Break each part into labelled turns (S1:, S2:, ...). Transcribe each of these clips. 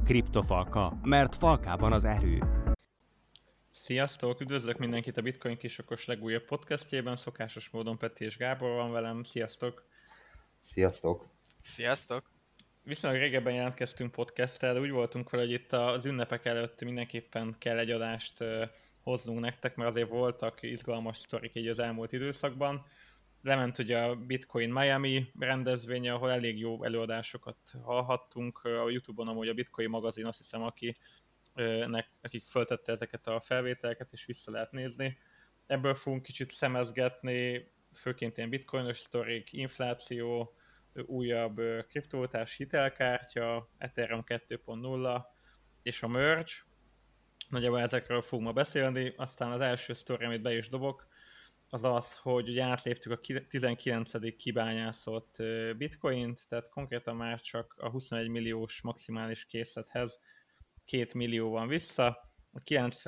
S1: Kriptofalka, mert falkában az erő.
S2: Sziasztok! Üdvözlök mindenkit a Bitcoin Kisokos legújabb podcastjében. Szokásos módon Peti és Gábor van velem. Sziasztok!
S3: Sziasztok!
S4: Sziasztok!
S2: Viszonylag régebben jelentkeztünk podcasttel, de úgy voltunk vele, hogy itt az ünnepek előtt mindenképpen kell egy adást hoznunk nektek, mert azért voltak izgalmas sztorik így az elmúlt időszakban. Lement ugye a Bitcoin Miami rendezvénye, ahol elég jó előadásokat hallhattunk. A YouTube-on amúgy a Bitcoin magazin, azt hiszem, akik föltette ezeket a felvételeket, és vissza lehet nézni. Ebből fogunk kicsit szemezgetni, főként ilyen bitcoinos sztorik, infláció, újabb kriptovalutás hitelkártya, Ethereum 2.0 és a merge. Nagyjából ezekről fogunk ma beszélni. Aztán az első sztori, amit be is dobok, az az, hogy ugye átléptük a 19. kibányászott bitcoint, tehát konkrétan már csak a 21 milliós maximális készlethez 2 millió van vissza, a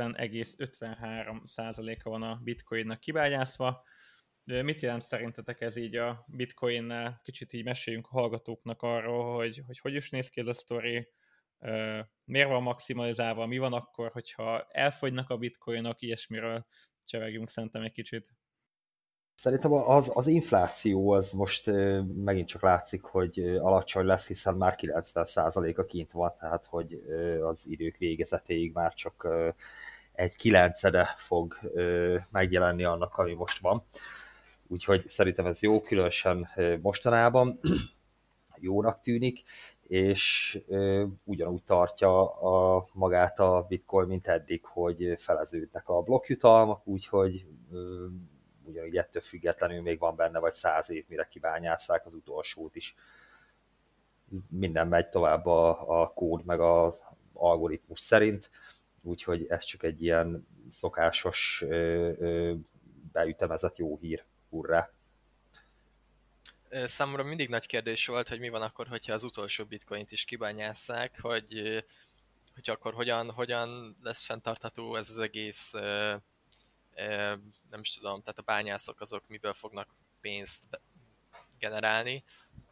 S2: 90,53%-a van a bitcoinnak kibányászva. Mit jelent szerintetek ez így a bitcoinnel? Kicsit így meséljünk a hallgatóknak arról, hogy is néz ki ez a sztori, miért van maximalizálva, mi van akkor, hogyha elfogynak a bitcoinok, ilyesmiről csevegjünk szerintem egy kicsit.
S3: Szerintem az infláció az most megint csak látszik, hogy alacsony lesz, hiszen már 90%-a kint van, tehát hogy az idők végezetéig már csak egy 9-ede fog megjelenni annak, ami most van. Úgyhogy szerintem ez jó, különösen mostanában jónak tűnik, és ugyanúgy tartja magát a Bitcoin, mint eddig, hogy feleződnek a blokkjutalmak, úgyhogy ugyanúgy ettől függetlenül még van benne vagy 100 év, mire kibányásszák az utolsót is. Minden megy tovább a kód meg az algoritmus szerint, úgyhogy ez csak egy ilyen szokásos beütemezett jó hír. Hurrá!
S4: Számomra mindig nagy kérdés volt, hogy mi van akkor, hogyha az utolsó bitcoint is kibányásszák, hogy akkor hogyan lesz fenntartható ez az egész, nem is tudom, tehát a bányászok azok miből fognak pénzt generálni.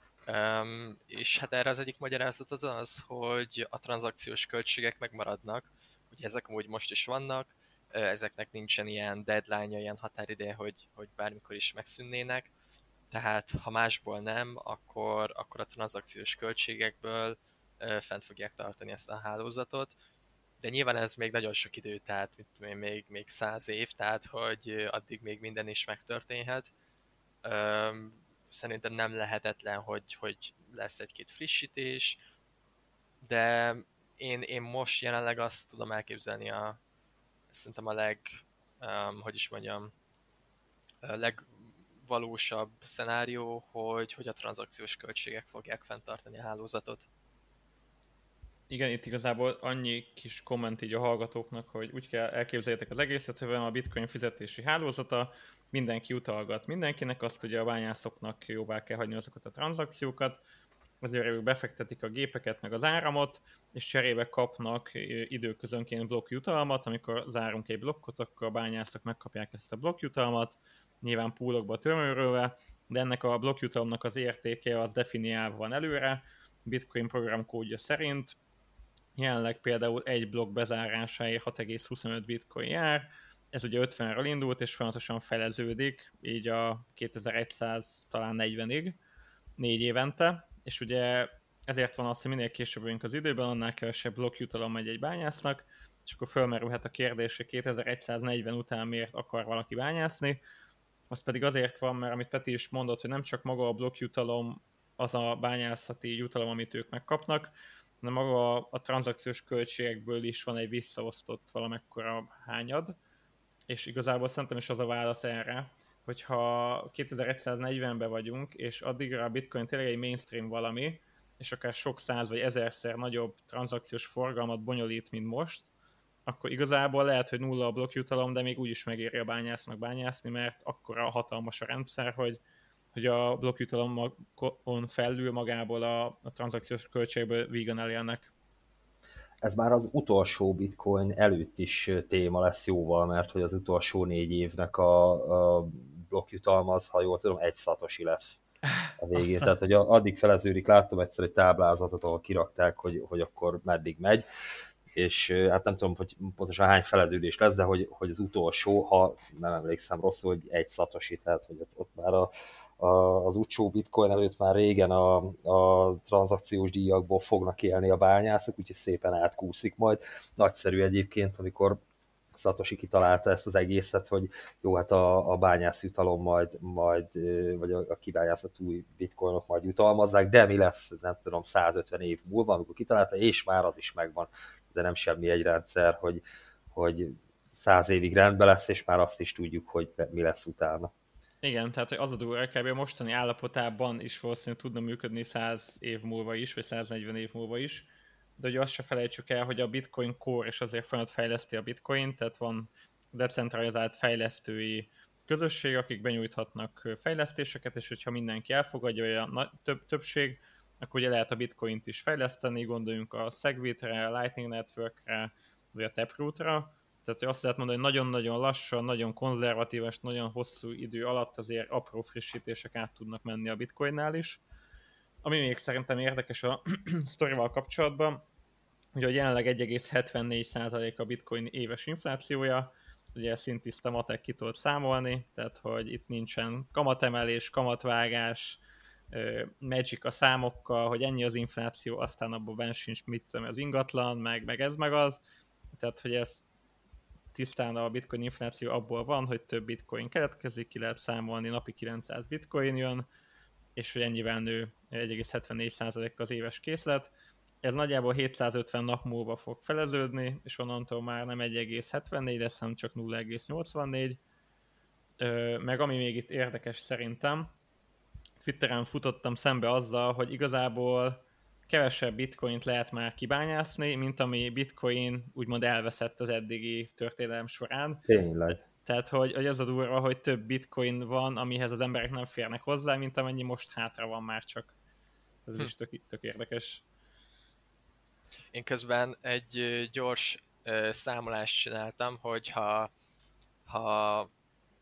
S4: És hát erre az egyik magyarázat az, hogy a tranzakciós költségek megmaradnak, ugye ezek amúgy most is vannak, ezeknek nincsen ilyen deadline-ja, ilyen határideje, hogy bármikor is megszűnnének, tehát ha másból nem, akkor a tranzakciós költségekből fent fogják tartani ezt a hálózatot, de nyilván ez még nagyon sok idő, tehát még 100 év, tehát hogy addig még minden is megtörténhet. Szerintem nem lehetetlen, hogy lesz egy-két frissítés, de én most jelenleg azt tudom elképzelni szerintem a legvalósabb szenárió, hogy a tranzakciós költségek fogják fenntartani a hálózatot.
S2: Igen, itt igazából annyi kis komment így a hallgatóknak, hogy úgy kell elképzeljétek az egészet, hogy van a Bitcoin fizetési hálózata, mindenki utalgat mindenkinek, azt ugye a bányászoknak jóvá kell hagyni azokat a tranzakciókat, azért ők befektetik a gépeket meg az áramot, és cserébe kapnak időközönként blokkjutalmat, amikor zárunk egy blokkot, akkor a bányászok megkapják ezt a blokkjutalmat, nyilván poolokba tömörülve, de ennek a blokkjutalomnak az értéke az definiálva van előre, Bitcoin programkódja szerint. Jelenleg például egy blokk bezárásáért 6,25 bitcoin jár, ez ugye 50-ről indult, és folyamatosan feleződik, így a 2100 talán 40-ig, 4 évente, és ugye ezért van az, hogy minél később vagyunk az időben, annál kevesebb blokkjutalom megy egy bányásznak, és akkor fölmerülhet a kérdés, hogy 2140 után miért akar valaki bányászni, az pedig azért van, mert amit Peti is mondott, hogy nem csak maga a blokkjutalom az a bányászati jutalom, amit ők megkapnak, hanem maga a tranzakciós költségekből is van egy visszaosztott valamekkora hányad, és igazából szerintem is az a válasz erre, hogyha 2140-ben vagyunk, és addigra a Bitcoin tényleg egy mainstream valami, és akár sok száz vagy ezerszer nagyobb tranzakciós forgalmat bonyolít, mint most, akkor igazából lehet, hogy nulla a blokkjutalom, de még úgyis megéri a bányásznak bányászni, mert akkora hatalmas a rendszer, hogy a blokkjutalomon felül magából a tranzakciós költségből vígan elélnek.
S3: Ez már az utolsó Bitcoin előtt is téma lesz jóval, mert hogy az utolsó 4 évnek a blokkjutalma az, ha jól tudom, 1 szatosi lesz. a végén.
S2: Aztán...
S3: Tehát, hogy addig feleződik, láttam egyszer egy táblázatot, ahol kirakták, hogy akkor meddig megy, és hát nem tudom, hogy pontosan hány feleződés lesz, de hogy az utolsó, ha nem emlékszem rosszul, hogy egy szatosi, tehát hogy ott már az utcsó bitcoin előtt már régen a tranzakciós díjakból fognak élni a bányászok, úgyhogy szépen átkúszik majd. Nagyszerű egyébként, amikor Satoshi kitalálta ezt az egészet, hogy jó, hát a bányászjutalom majd vagy a kibányászott új bitcoinok majd jutalmazzák, de mi lesz, nem tudom, 150 év múlva, amikor kitalálta, és már az is megvan. De nem semmi egy rendszer, hogy 100 évig rendben lesz, és már azt is tudjuk, hogy mi lesz utána.
S2: Igen, tehát hogy az a durva, kb. A mostani állapotában is valószínűleg tudna működni 100 év múlva is, vagy 140 év múlva is, de hogy azt se felejtsük el, hogy a Bitcoin Core is azért folyamat fejleszti a Bitcoin, tehát van decentralizált fejlesztői közösség, akik benyújthatnak fejlesztéseket, és hogyha mindenki elfogadja, olyan többség, akkor ugye lehet a Bitcoint is fejleszteni, gondoljunk a Segwitre, a Lightning Networkre, vagy a Taprootra. Tehát azt lehet mondani, hogy nagyon-nagyon lassan, nagyon konzervatív és nagyon hosszú idő alatt azért apró frissítések át tudnak menni a Bitcoinnál is. Ami még szerintem érdekes a sztorival kapcsolatban, hogy jelenleg 1,74% a Bitcoin éves inflációja, ugye szintiszta matek ki tudod számolni, tehát hogy itt nincsen kamatemelés, kamatvágás, magic a számokkal, hogy ennyi az infláció, aztán abban benne sincs mit tudom, az ingatlan, meg ez meg az, tehát hogy ez tisztán a bitcoin infláció abból van, hogy több bitcoin keletkezik, ki lehet számolni, napi 900 bitcoin jön, és hogy ennyivel nő 1,74% az éves készlet. Ez nagyjából 750 nap múlva fog feleződni, és onnantól már nem 1,74 lesz, hanem csak 0,84. Meg ami még itt érdekes szerintem, Twitteren futottam szembe azzal, hogy igazából kevesebb bitcoint lehet már kibányászni, mint ami bitcoin úgymond elveszett az eddigi történelem során.
S3: Tényleg.
S2: Tehát, hogy az a durva, hogy több bitcoin van, amihez az emberek nem férnek hozzá, mint amennyi most hátra van már csak. Ez is tök érdekes.
S4: Én közben egy gyors számolást csináltam, hogy ha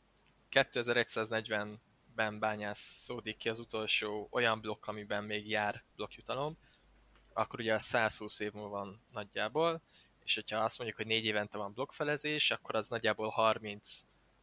S4: 2140-ben bányászódik ki az utolsó olyan blokk, amiben még jár blokkjutalom, akkor ugye a 120 év múlva van nagyjából, és hogyha azt mondjuk, hogy 4 évente van blokkfelezés, akkor az nagyjából 30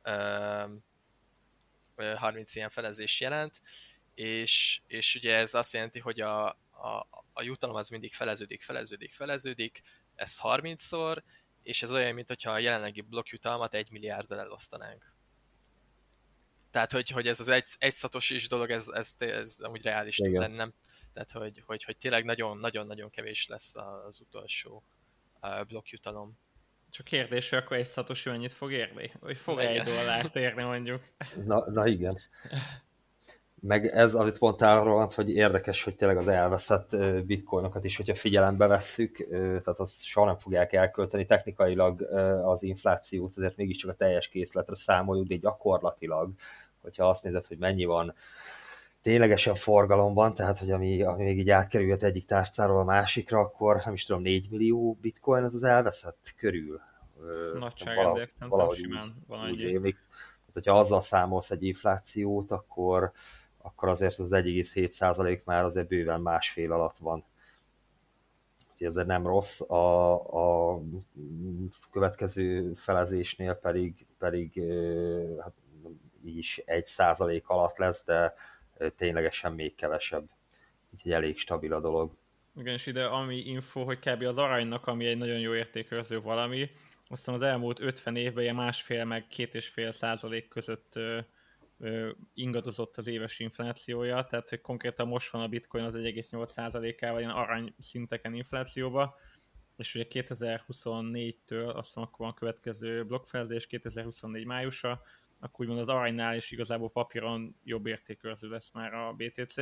S4: ilyen felezés jelent, és ugye ez azt jelenti, hogy a jutalom az mindig feleződik, ezt 30-szor, és ez olyan, mintha a jelenlegi blokkjutalmat 1 milliárddal elosztanánk. Tehát, hogy ez az egy szatosis dolog, ez amúgy reális tud lenni, nem? Tehát, hogy tényleg nagyon-nagyon kevés lesz az utolsó blokkjutalom.
S2: Csak kérdés, hogy akkor egy szatosi mennyit fog érni? Vagy fog $1 érni mondjuk?
S3: Na igen. Meg ez, amit mondtál arról, hogy érdekes, hogy tényleg az elveszett bitcoinokat is, hogyha figyelembe vesszük, tehát azt soha nem fogják elkölteni. Technikailag az inflációt azért mégiscsak a teljes készletre számoljuk, de gyakorlatilag, hogyha azt nézed, hogy mennyi van ténylegesen forgalomban, tehát hogy ami még így átkerülhet egyik tárcáról a másikra, akkor nem is tudom, 4 millió bitcoin az elveszett körül.
S2: Nagyságrendek, szerintem simán van annyi.
S3: Tehát, hogyha azzal számolsz egy inflációt, akkor azért az 1,7% már azért bőven másfél alatt van. Úgyhogy ez nem rossz. A következő felezésnél pedig hát így is 1% alatt lesz, de ténylegesen még kevesebb. Úgyhogy elég stabil a dolog.
S2: Igen, és ide ami info, hogy kb. Az aranynak, ami egy nagyon jó értékőrző valami, aztán az elmúlt 50 évben ilyen 1,5 meg 2,5% között ingadozott az éves inflációja, tehát hogy konkrétan most van a bitcoin az 1,8%-ával ilyen arany szinteken inflációba, és ugye 2024-től azt hiszem akkor van a következő blokkfelezés, 2024 májusa, akkor úgymond az aranynál is igazából papíron jobb értékőrző lesz már a BTC.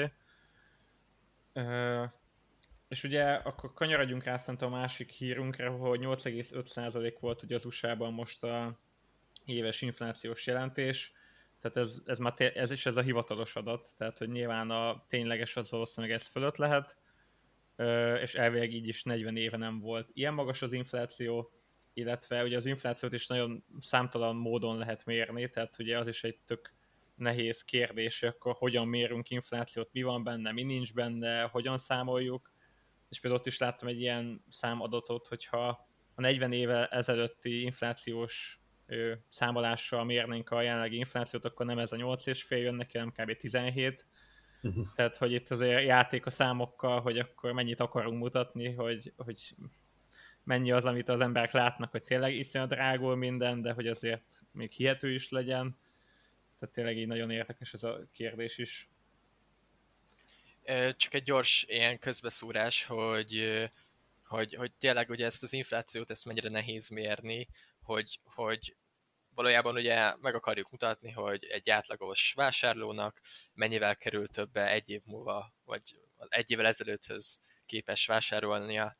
S2: És ugye akkor kanyarodjunk rá szerintem a másik hírünkre, hogy 8,5% volt ugye az USA-ban most a éves inflációs jelentés, tehát ez a hivatalos adat, tehát hogy nyilván a tényleges az valószínűleg ez fölött lehet, és elvileg így is 40 éve nem volt ilyen magas az infláció, illetve ugye az inflációt is nagyon számtalan módon lehet mérni, tehát ugye az is egy tök nehéz kérdés, akkor hogyan mérünk inflációt, mi van benne, mi nincs benne, hogyan számoljuk. És például ott is láttam egy ilyen számadatot, hogyha a 40 éve ezelőtti inflációs számolással mérnénk a jelenlegi inflációt, akkor nem ez a 8,5 jön neki, hanem kb. 17. Tehát, hogy itt azért játék a számokkal, hogy akkor mennyit akarunk mutatni, hogy mennyi az, amit az emberek látnak, hogy tényleg iszonyat drágul minden, de hogy azért még hihető is legyen. Tehát tényleg így nagyon érdekes ez a kérdés is.
S4: Csak egy gyors ilyen közbeszúrás, hogy tényleg ugye ezt az inflációt, ezt mennyire nehéz mérni, hogy valójában ugye meg akarjuk mutatni, hogy egy átlagos vásárlónak mennyivel kerül többe egy év múlva, vagy egy évvel ezelőtthöz képes vásárolnia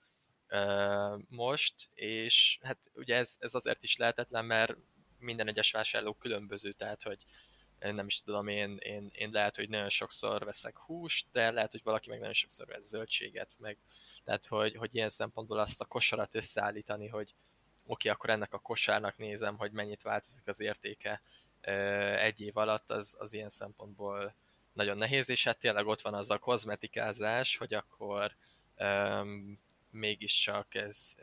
S4: most, és hát ugye ez azért is lehetetlen, mert minden egyes vásárló különböző, tehát hogy nem is tudom, én lehet, hogy nagyon sokszor veszek húst, de lehet, hogy valaki meg nagyon sokszor vesz zöldséget, meg tehát, hogy ilyen szempontból azt a kosarat összeállítani, hogy oké, akkor ennek a kosárnak nézem, hogy mennyit változik az értéke egy év alatt, az ilyen szempontból nagyon nehéz, és hát tényleg ott van az a kozmetikázás, hogy akkor mégiscsak ez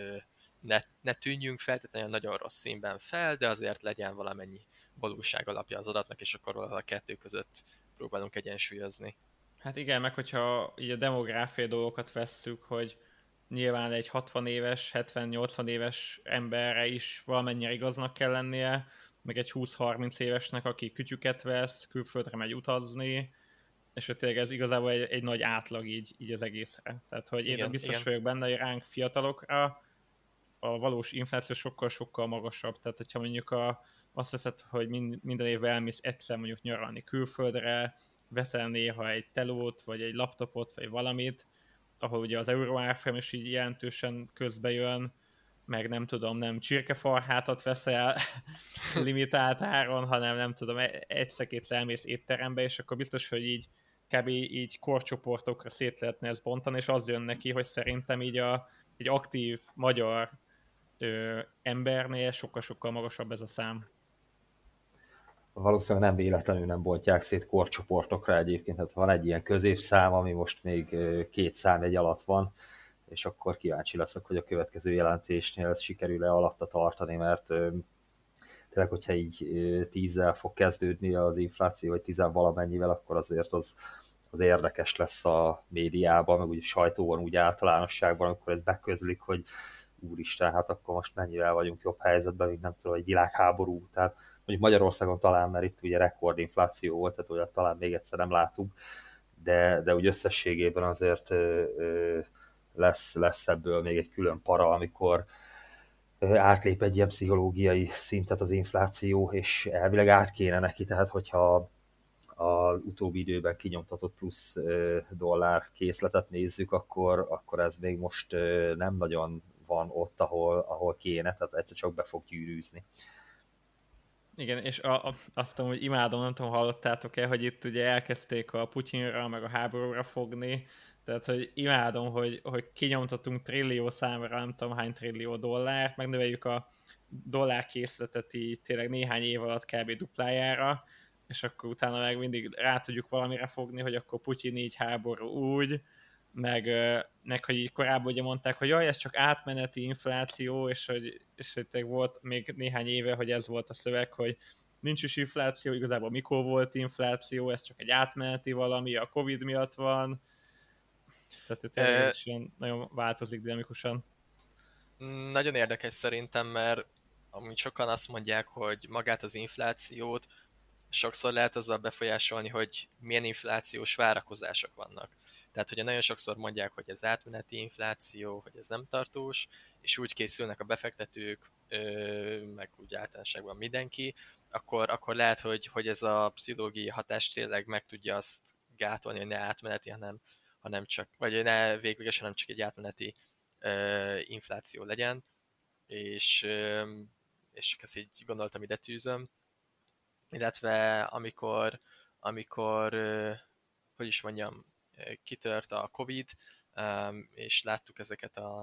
S4: ne tűnjünk feltétlenül nagyon rossz színben fel, de azért legyen valamennyi valóság alapja az adatnak, és akkor valahol a kettő között próbálunk egyensúlyozni.
S2: Hát igen, meg hogyha így a demográfiai dolgokat vesszük, hogy nyilván egy 60 éves, 70-80 éves emberre is valamennyire igaznak kell lennie, meg egy 20-30 évesnek, aki kütyüket vesz, külföldre megy utazni, és hogy tényleg ez igazából egy nagy átlag így az egészre. Tehát, hogy én biztos vagyok benne, hogy ránk fiatalokra a valós infláció sokkal-sokkal magasabb. Tehát, hogyha mondjuk azt veszed, hogy minden évben elmész egyszer mondjuk nyaralni külföldre, veszel néha egy telót, vagy egy laptopot, vagy valamit, ahol ugye az euró árfolyam is így jelentősen közbe jön, meg nem tudom, nem csirkefarhátat veszel limitált áron, hanem nem tudom, egyszer-kétszer elmész étterembe, és akkor biztos, hogy így kb. Így korcsoportokra szét lehetne ezt bontani, és az jön neki, hogy szerintem így egy aktív magyar embernél sokkal-sokkal magasabb ez a szám.
S3: Valószínűleg nem véletlenül nem bontják szét korcsoportokra egyébként, tehát van egy ilyen középszám, ami most még 2 számjegy alatt van, és akkor kíváncsi leszek, hogy a következő jelentésnél ezt sikerül-e alatta tartani, mert tényleg, hogyha így 10-zel fog kezdődni az infláció, vagy 10 valamennyivel, akkor azért az érdekes lesz a médiában, meg úgy a sajtóban, úgy általánosságban, amikor ez beközlik, hogy úristen, hát akkor most mennyivel vagyunk jobb helyzetben, mint nem tudom, egy világháború után. Mondjuk Magyarországon talán, mert itt ugye rekordinfláció volt, tehát olyat talán még egyszer nem látunk, de úgy összességében azért lesz ebből még egy külön para, amikor átlép egy ilyen pszichológiai szintet az infláció, és elvileg át kéne neki, tehát hogyha az utóbbi időben kinyomtatott plusz dollár készletet nézzük, akkor ez még most nem nagyon van ott, ahol kéne, tehát egyszer csak be fog gyűrűzni.
S2: Igen, és azt hogy imádom, nem tudom, hallottátok-e, hogy itt ugye elkezdték a Putyinra, meg a háborúra fogni, tehát, hogy imádom, hogy kinyomtatunk trillió számra, nem tudom hány trillió dollárt, megnöveljük a dollárkészletet így tényleg néhány év alatt kb. Duplájára, és akkor utána meg mindig rá tudjuk valamire fogni, hogy akkor Putyin így, háború úgy, meg hogy így korábban ugye mondták, hogy jaj, ez csak átmeneti infláció, és hogy volt még néhány éve, hogy ez volt a szöveg, hogy nincs is infláció, igazából mikor volt infláció, ez csak egy átmeneti valami, a Covid miatt van, tehát ez is ilyen nagyon változik dinamikusan.
S4: Nagyon érdekes szerintem, mert amúgy sokan azt mondják, hogy magát az inflációt sokszor lehet azzal befolyásolni, hogy milyen inflációs várakozások vannak. Tehát ugye nagyon sokszor mondják, hogy ez átmeneti infláció, hogy ez nem tartós, és úgy készülnek a befektetők, meg úgy általánosságban mindenki, akkor lehet, hogy ez a pszichológiai hatás tényleg meg tudja azt gátolni, hogy ne átmeneti, hanem csak, vagy ne véglegesen, hanem csak egy átmeneti infláció legyen, és csak ezt így gondoltam, ide tűzöm. Illetve amikor hogy is mondjam, kitört a Covid, és láttuk ezeket a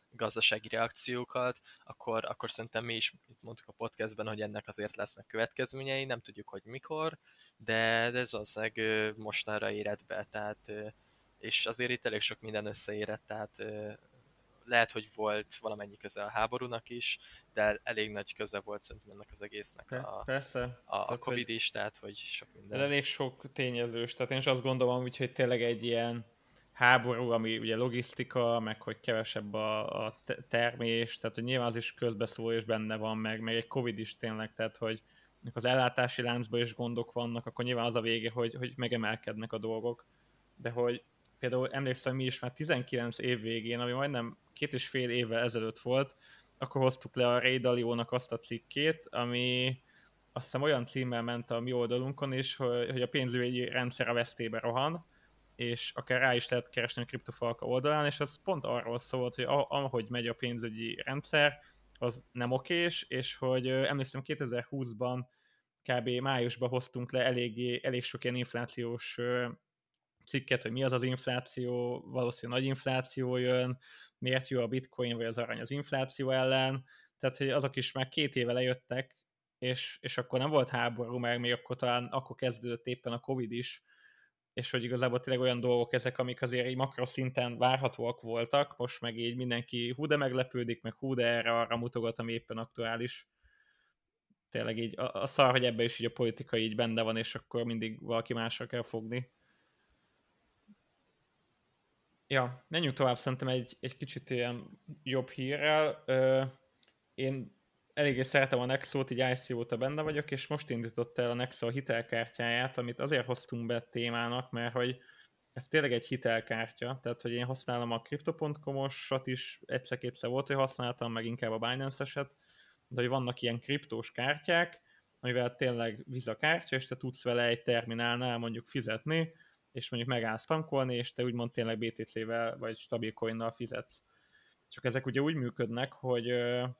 S4: gazdasági reakciókat, akkor szerintem mi is itt mondtuk a podcastben, hogy ennek azért lesznek következményei, nem tudjuk, hogy mikor, de ez valószínűleg mostanra érett be, tehát és azért itt elég sok minden összeérett, tehát lehet, hogy volt valamennyi köze a háborúnak is, de elég nagy köze volt szerintem ennek az egésznek
S2: Persze.
S4: a Covid is, tehát hogy sok minden.
S2: Ez elég sok tényezős, tehát én is azt gondolom, hogy tényleg egy ilyen háború, ami ugye logisztika, meg hogy kevesebb a termés, tehát hogy nyilván az is közbeszól és benne van, meg egy Covid is tényleg, tehát hogy az ellátási láncban is gondok vannak, akkor nyilván az a vége, hogy megemelkednek a dolgok. De hogy például emlékszem, mi is már 19 év végén, ami majdnem 2,5 évvel ezelőtt volt, akkor hoztuk le a Ray Dalio-nak azt a cikkét, ami azt hiszem olyan címmel ment a mi oldalunkon is, hogy a pénzügyi rendszer a vesztébe rohan, és akár rá is lehet keresni a Kriptofalka oldalán, és az pont arról szólt, hogy ahogy megy a pénzügyi rendszer, az nem okés, és hogy emlékszem 2020-ban kb. Májusban hoztunk le elég sok ilyen inflációs cikket, hogy mi az infláció, valószínűleg nagy infláció jön, miért jó a bitcoin vagy az arany az infláció ellen, tehát hogy azok is már 2 éve lejöttek, és akkor nem volt háború, meg még akkor kezdődött éppen a Covid is, és hogy igazából tényleg olyan dolgok ezek, amik azért így makroszinten várhatóak voltak, most meg így mindenki hú de meglepődik, meg hú de erre-arra mutogat, ami éppen aktuális. Tényleg így a szar, hogy ebbe is így a politika így benne van, és akkor mindig valaki másra kell fogni. Ja, menjünk tovább szerintem egy kicsit ilyen jobb hírrel. Én eléggé szeretem a Nexo-t, így IC óta benne vagyok, és most indított el a Nexo a hitelkártyáját, amit azért hoztunk be témának, mert hogy ez tényleg egy hitelkártya, tehát hogy én használom a Crypto.com-osat is, egyszer-kétszer volt, hogy használtam, meg inkább a Binance-eset, de hogy vannak ilyen kriptós kártyák, amivel tényleg Visa kártya, és te tudsz vele egy terminálnál mondjuk fizetni, és mondjuk megállsz tankolni, és te úgymond tényleg BTC-vel vagy stabil coinnal fizetsz. Csak ezek ugye úgy működnek, hogy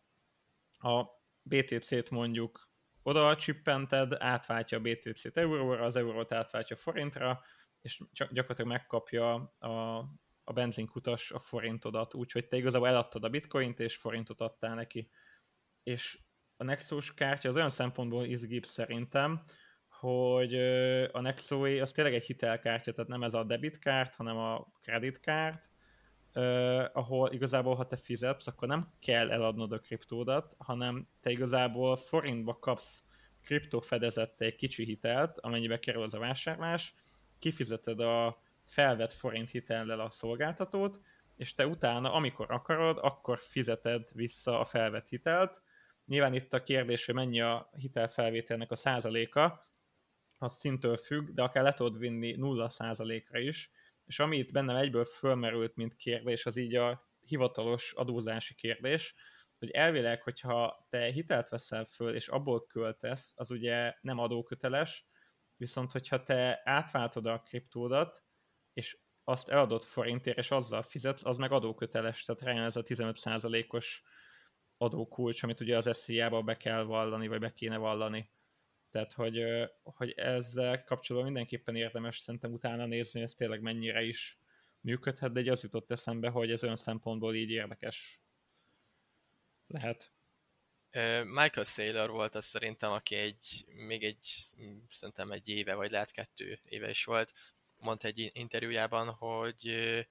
S2: a BTC-t mondjuk oda csippented, átváltja a BTC-t euróra, az eurót átváltja forintra, és gyakorlatilag megkapja a benzinkutas a forintodat, úgyhogy te igazából eladtad a bitcoint, és forintot adtál neki. És a Nexus kártya az olyan szempontból izgibb szerintem, hogy a Nexoé az tényleg egy hitelkártya, tehát nem ez a debitkártya, hanem a kreditkártya, ahol igazából, ha te fizetsz, akkor nem kell eladnod a kriptódat, hanem te igazából forintba kapsz kriptófedezettel egy kicsi hitelt, amennyibe kerül az a vásárlás, kifizeted a felvett forint hitellel a szolgáltatót, és te utána, amikor akarod, akkor fizeted vissza a felvett hitelt. Nyilván itt a kérdés, hogy mennyi a hitelfelvételnek a százaléka, az szintől függ, de akár le tudod vinni 0%-ra is, és ami itt bennem egyből fölmerült, mint kérdés, az így a hivatalos adózási kérdés, hogy elvileg, hogyha te hitelt veszel föl, és abból költesz, az ugye nem adóköteles, viszont hogyha te átváltod a kriptódat, és azt eladod forintért, és azzal fizetsz, az meg adóköteles, tehát rájön ez a 15%-os adókulcs, amit ugye az SZIA-ba be kell vallani, vagy be kéne vallani. Tehát, hogy ezzel kapcsolatban mindenképpen érdemes szerintem utána nézni, hogy ez tényleg mennyire is működhet, de az jutott eszembe, hogy ez olyan szempontból így érdekes lehet.
S4: Michael Saylor volt az szerintem, aki szerintem egy éve, vagy lehet 2 éve is volt, mondta egy interjújában, hogy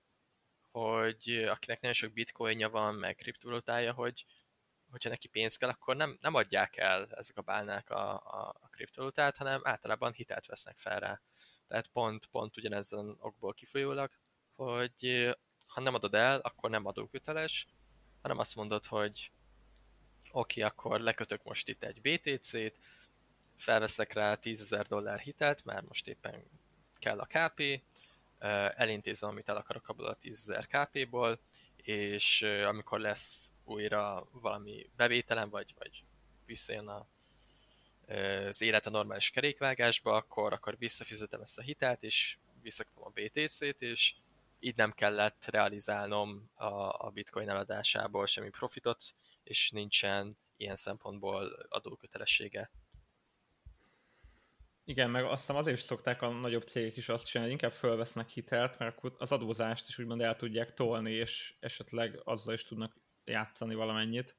S4: akinek nagyon sok bitcoinja van, meg kriptovalutája, hogyha neki pénz kell, akkor nem adják el ezek a bálnák a kriptovalutát, hanem általában hitelt vesznek fel rá. Tehát pont ugyanezen okból kifolyólag, hogy ha nem adod el, akkor nem adóköteles, hanem azt mondod, hogy oké, akkor lekötök most itt egy BTC-t, felveszek rá $10,000 hitelt, mert most éppen kell a KP, elintézem, amit el akarok abból a 10,000 KP-ból, és amikor lesz újra valami bevételem, vagy visszajön az élet a normális kerékvágásba, akkor visszafizetem ezt a hitelt, és visszakapom a BTC-t, és így nem kellett realizálnom a bitcoin eladásából semmi profitot, és nincsen ilyen szempontból adókötelessége.
S2: Igen, meg azt hiszem azért is szokták a nagyobb cégek is azt csinálni, hogy inkább fölvesznek hitelt, mert akkor az adózást is úgymond el tudják tolni, és esetleg azzal is tudnak játszani valamennyit.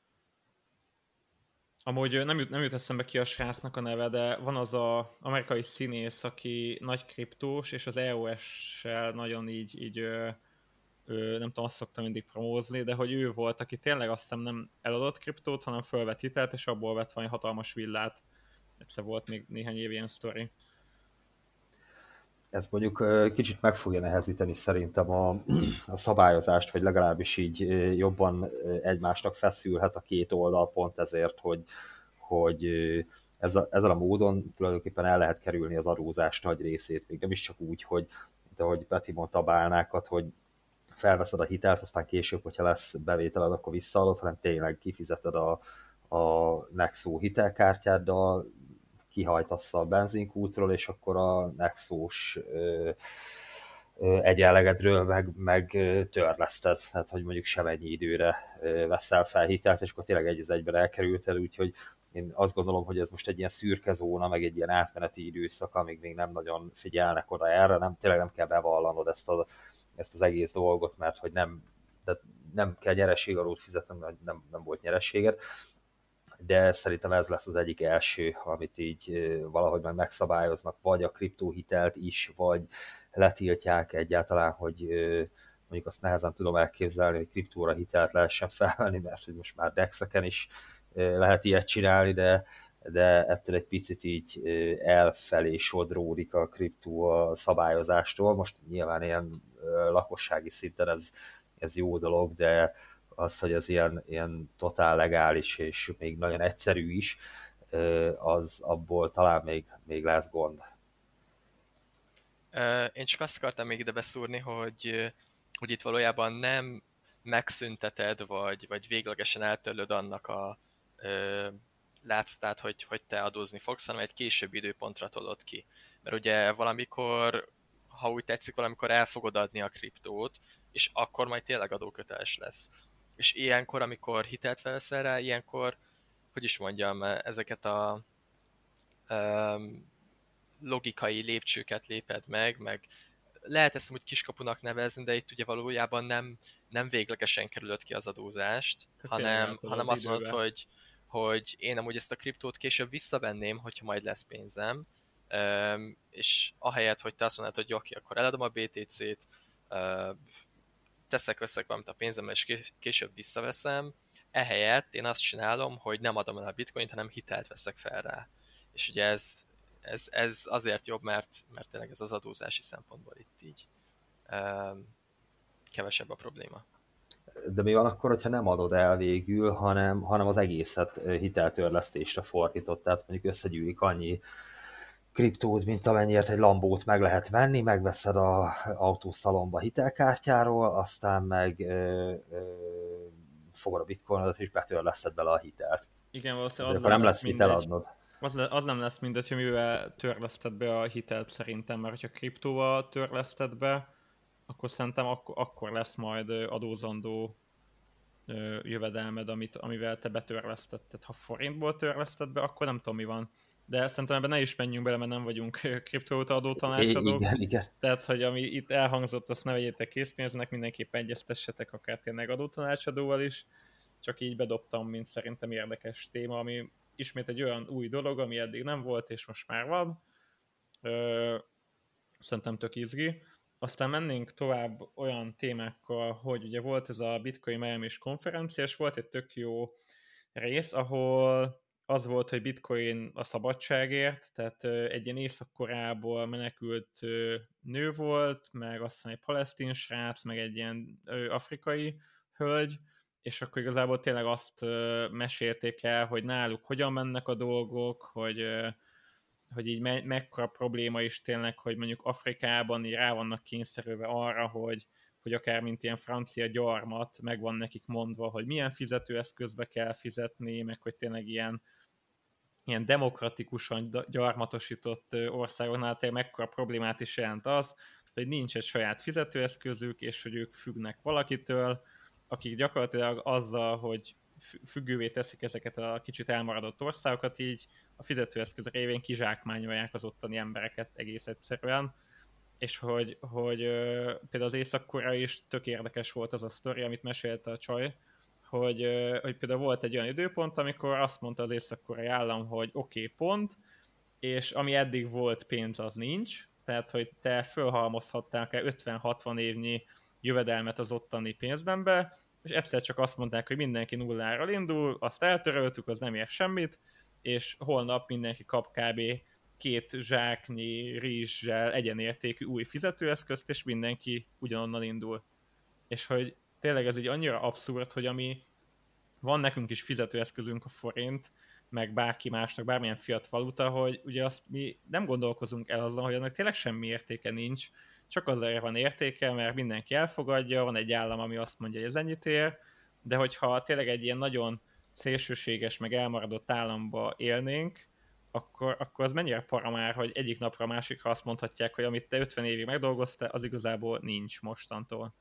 S2: Amúgy nem jut eszembe ki a srácnak a neve, de van az az amerikai színész, aki nagy kriptós, és az EOS-sel nagyon így nem tudom, azt szoktam mindig promózni, de hogy ő volt, aki tényleg azt hiszem nem eladott kriptót, hanem fölvett hitelt, és abból vett valami hatalmas villát. Egyszer volt még néhány év ilyen sztori.
S3: Ez mondjuk kicsit meg fogja nehezíteni szerintem a szabályozást, vagy legalábbis így jobban egymásnak feszülhet a két oldal pont ezért, hogy ezzel a módon tulajdonképpen el lehet kerülni az adózás nagy részét, még nem is csak úgy, hogy de ahogy Peti mondta a bálnákat, hogy felveszed a hitelt, aztán később, hogyha lesz bevételed, akkor visszaadod, hanem tényleg kifizeted a Nexo hitelkártyáddal, kihajtasz a benzinkútról, és akkor a Nexós egyenlegedről meg törleszted, tehát hogy mondjuk semennyi időre veszel fel hitelt, és akkor tényleg egy az egyben elkerülted, úgyhogy én azt gondolom, hogy ez most egy ilyen szürke zóna, meg egy ilyen átmeneti időszak, amíg még nem nagyon figyelnek oda erre, tényleg nem kell bevallanod ezt az egész dolgot, mert hogy nem kell nyereségadót fizetnem, mert nem volt nyerességed, de szerintem ez lesz az egyik első, amit így valahogy majd megszabályoznak, vagy a kriptóhitelt is, vagy letiltják egyáltalán, hogy mondjuk azt nehezen tudom elképzelni, hogy kriptóra hitelt lehessen felvenni, mert hogy most már DEX-eken is lehet ilyet csinálni, de ettől egy picit így elfelé sodródik a kriptó a szabályozástól. Most nyilván ilyen lakossági szinten ez jó dolog, de az, hogy az ilyen totál legális és még nagyon egyszerű is, az abból talán még lesz gond.
S4: Én csak azt akartam még ide beszúrni, hogy itt valójában nem megszünteted, vagy véglegesen eltörlöd annak a látszatát, hogy te adózni fogsz, hanem egy későbbi időpontra tolod ki. Mert ugye valamikor, ha úgy tetszik, valamikor el fogod adni a kriptót, és akkor majd tényleg adóköteles lesz. És ilyenkor, amikor hitelt felveszel rá, ilyenkor, hogy is mondjam, ezeket a logikai lépcsőket léped meg lehet ezt úgy kiskapunak nevezni, de itt ugye valójában nem véglegesen kerülött ki az adózást, hanem azt mondod, hogy én amúgy ezt a kriptót később visszavenném, hogyha majd lesz pénzem, és ahelyett, hogy te azt mondod, hogy oké, akkor eladom a BTC-t, veszek valamit a pénzemmel, és később visszaveszem, ehelyett én azt csinálom, hogy nem adom el a bitcoint, hanem hitelt veszek fel rá. És ugye ez azért jobb, mert tényleg ez az adózási szempontból itt így kevesebb a probléma.
S3: De mi van akkor, hogyha nem adod el végül, hanem az egészet hiteltörlesztésre fordított, tehát mondjuk összegyűlik annyi kriptót, mint amennyiért egy Lambót meg lehet venni, megveszed az autószalomba hitelkártyáról, aztán meg fogod a bitcoinot és betörleszted bele a hitelt.
S2: Igen, valószínűleg
S3: nem lesz mit eladnod.
S2: Az nem lesz mindegy, hogy mivel törleszted be a hitelt szerintem, mert hogyha kriptóval törleszted be, akkor szerintem akkor lesz majd adózandó jövedelmed, amivel te betörlesztetted. Ha forintból törleszted be, akkor nem tudom mi van. De szerintem ebben ne is menjünk bele, mert nem vagyunk kriptóta adótanácsadók.
S3: Igen.
S2: Tehát, hogy ami itt elhangzott, azt ne vegyétek készpénznek, mindenképpen egyeztessetek akár tényleg adótanácsadóval is. Csak így bedobtam, mint szerintem érdekes téma, ami ismét egy olyan új dolog, ami eddig nem volt, és most már van. Szerintem tök izgi. Aztán mennénk tovább olyan témákkal, hogy ugye volt ez a Bitcoin Miami-s konferencia, és volt egy tök jó rész, ahol az volt, hogy Bitcoin a szabadságért, tehát egy ilyen Észak-Koreából menekült nő volt, meg azt hiszem egy palesztin srác, meg egy ilyen afrikai hölgy, és akkor igazából tényleg azt mesélték el, hogy náluk hogyan mennek a dolgok, hogy így mekkora probléma is tényleg, hogy mondjuk Afrikában így rá vannak kényszerülve arra, hogy akár mint ilyen francia gyarmat meg van nekik mondva, hogy milyen fizetőeszközbe kell fizetni, meg hogy tényleg ilyen demokratikusan gyarmatosított országoknál tényleg mekkora problémát is jelent az, hogy nincs egy saját fizetőeszközük, és hogy ők függnek valakitől, akik gyakorlatilag azzal, hogy függővé teszik ezeket a kicsit elmaradott országokat, így a fizetőeszköz révén kizsákmányolják az ottani embereket egész egyszerűen, és hogy például az Észak-Korea is tök érdekes volt az a sztori, amit mesélte a csaj, hogy például volt egy olyan időpont, amikor azt mondta az észak-koreai állam, hogy oké, pont, és ami eddig volt pénz, az nincs, tehát hogy te fölhalmozhattál akár 50-60 évnyi jövedelmet az ottani pénznembe, és egyszer csak azt mondták, hogy mindenki nulláról indul, azt eltöröltük, az nem ér semmit, és holnap mindenki kap kb. 2 zsáknyi rizssel egyenértékű új fizetőeszközt, és mindenki ugyanonnan indul. És hogy tényleg ez így annyira abszurd, hogy ami van nekünk is fizetőeszközünk a forint, meg bárki másnak, bármilyen fiat valuta, hogy ugye azt mi nem gondolkozunk el azon, hogy annak tényleg semmi értéke nincs, csak azért van értéke, mert mindenki elfogadja, van egy állam, ami azt mondja, hogy ez ennyit ér, de hogyha tényleg egy ilyen nagyon szélsőséges, meg elmaradott államba élnénk, akkor az mennyire para már, hogy egyik napra a másikra azt mondhatják, hogy amit te 50 évig megdolgoztál, az igazából nincs mostantól.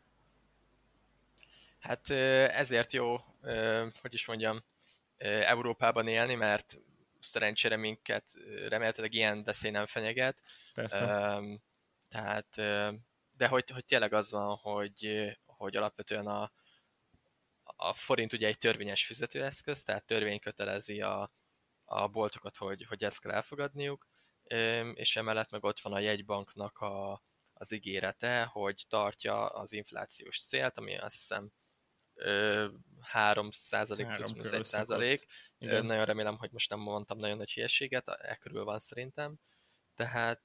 S4: Hát ezért jó, hogy is mondjam, Európában élni, mert szerencsére minket remélhetőleg ilyen veszély nem fenyeget.
S2: Persze.
S4: Tehát, de hogy tényleg az van, hogy alapvetően a forint ugye egy törvényes fizetőeszköz, tehát törvény kötelezi a boltokat, hogy ezt kell elfogadniuk, és emellett meg ott van a jegybanknak az ígérete, hogy tartja az inflációs célt, ami azt hiszem 3% plusz 1%. Nagyon remélem, hogy most nem mondtam nagyon nagy hülyeséget, körül van szerintem. Tehát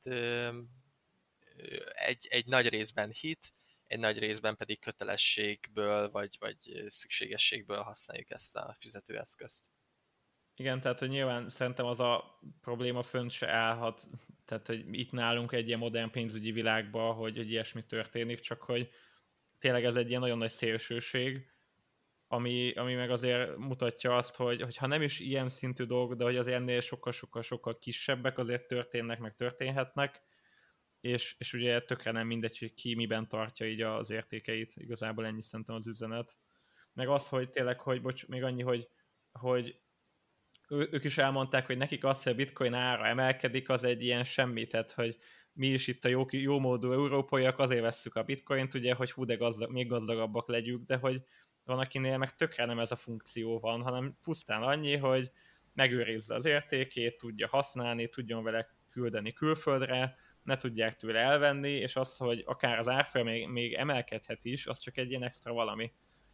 S4: egy nagy részben hit, egy nagy részben pedig kötelességből vagy szükségességből használjuk ezt a fizetőeszközt.
S2: Igen, tehát hogy nyilván szerintem az a probléma fönt se állhat, tehát hogy itt nálunk egy ilyen modern pénzügyi világban, hogy ilyesmi történik, csak hogy tényleg ez egy ilyen nagyon nagy szélsőség, ami meg azért mutatja azt, hogy ha nem is ilyen szintű dolgok, de hogy azért ennél sokkal kisebbek azért történnek, meg történhetnek, és ugye tökre nem mindegy, hogy ki miben tartja így az értékeit, igazából ennyi szerintem az üzenet. Meg az, hogy tényleg, hogy még annyi, hogy ők is elmondták, hogy nekik az, hogy a bitcoin ára emelkedik, az egy ilyen semmi, tehát hogy mi is itt a jó módú európaiak azért vesszük a bitcoint, ugye, hogy hú, de még gazdagabbak legyünk, de hogy van, akinél meg tökre nem ez a funkció van, hanem pusztán annyi, hogy megőrizze az értékét, tudja használni, tudjon vele küldeni külföldre, ne tudják tőle elvenni, és az, hogy akár az árfolyam még emelkedhet is, az csak egy ilyen extra valami.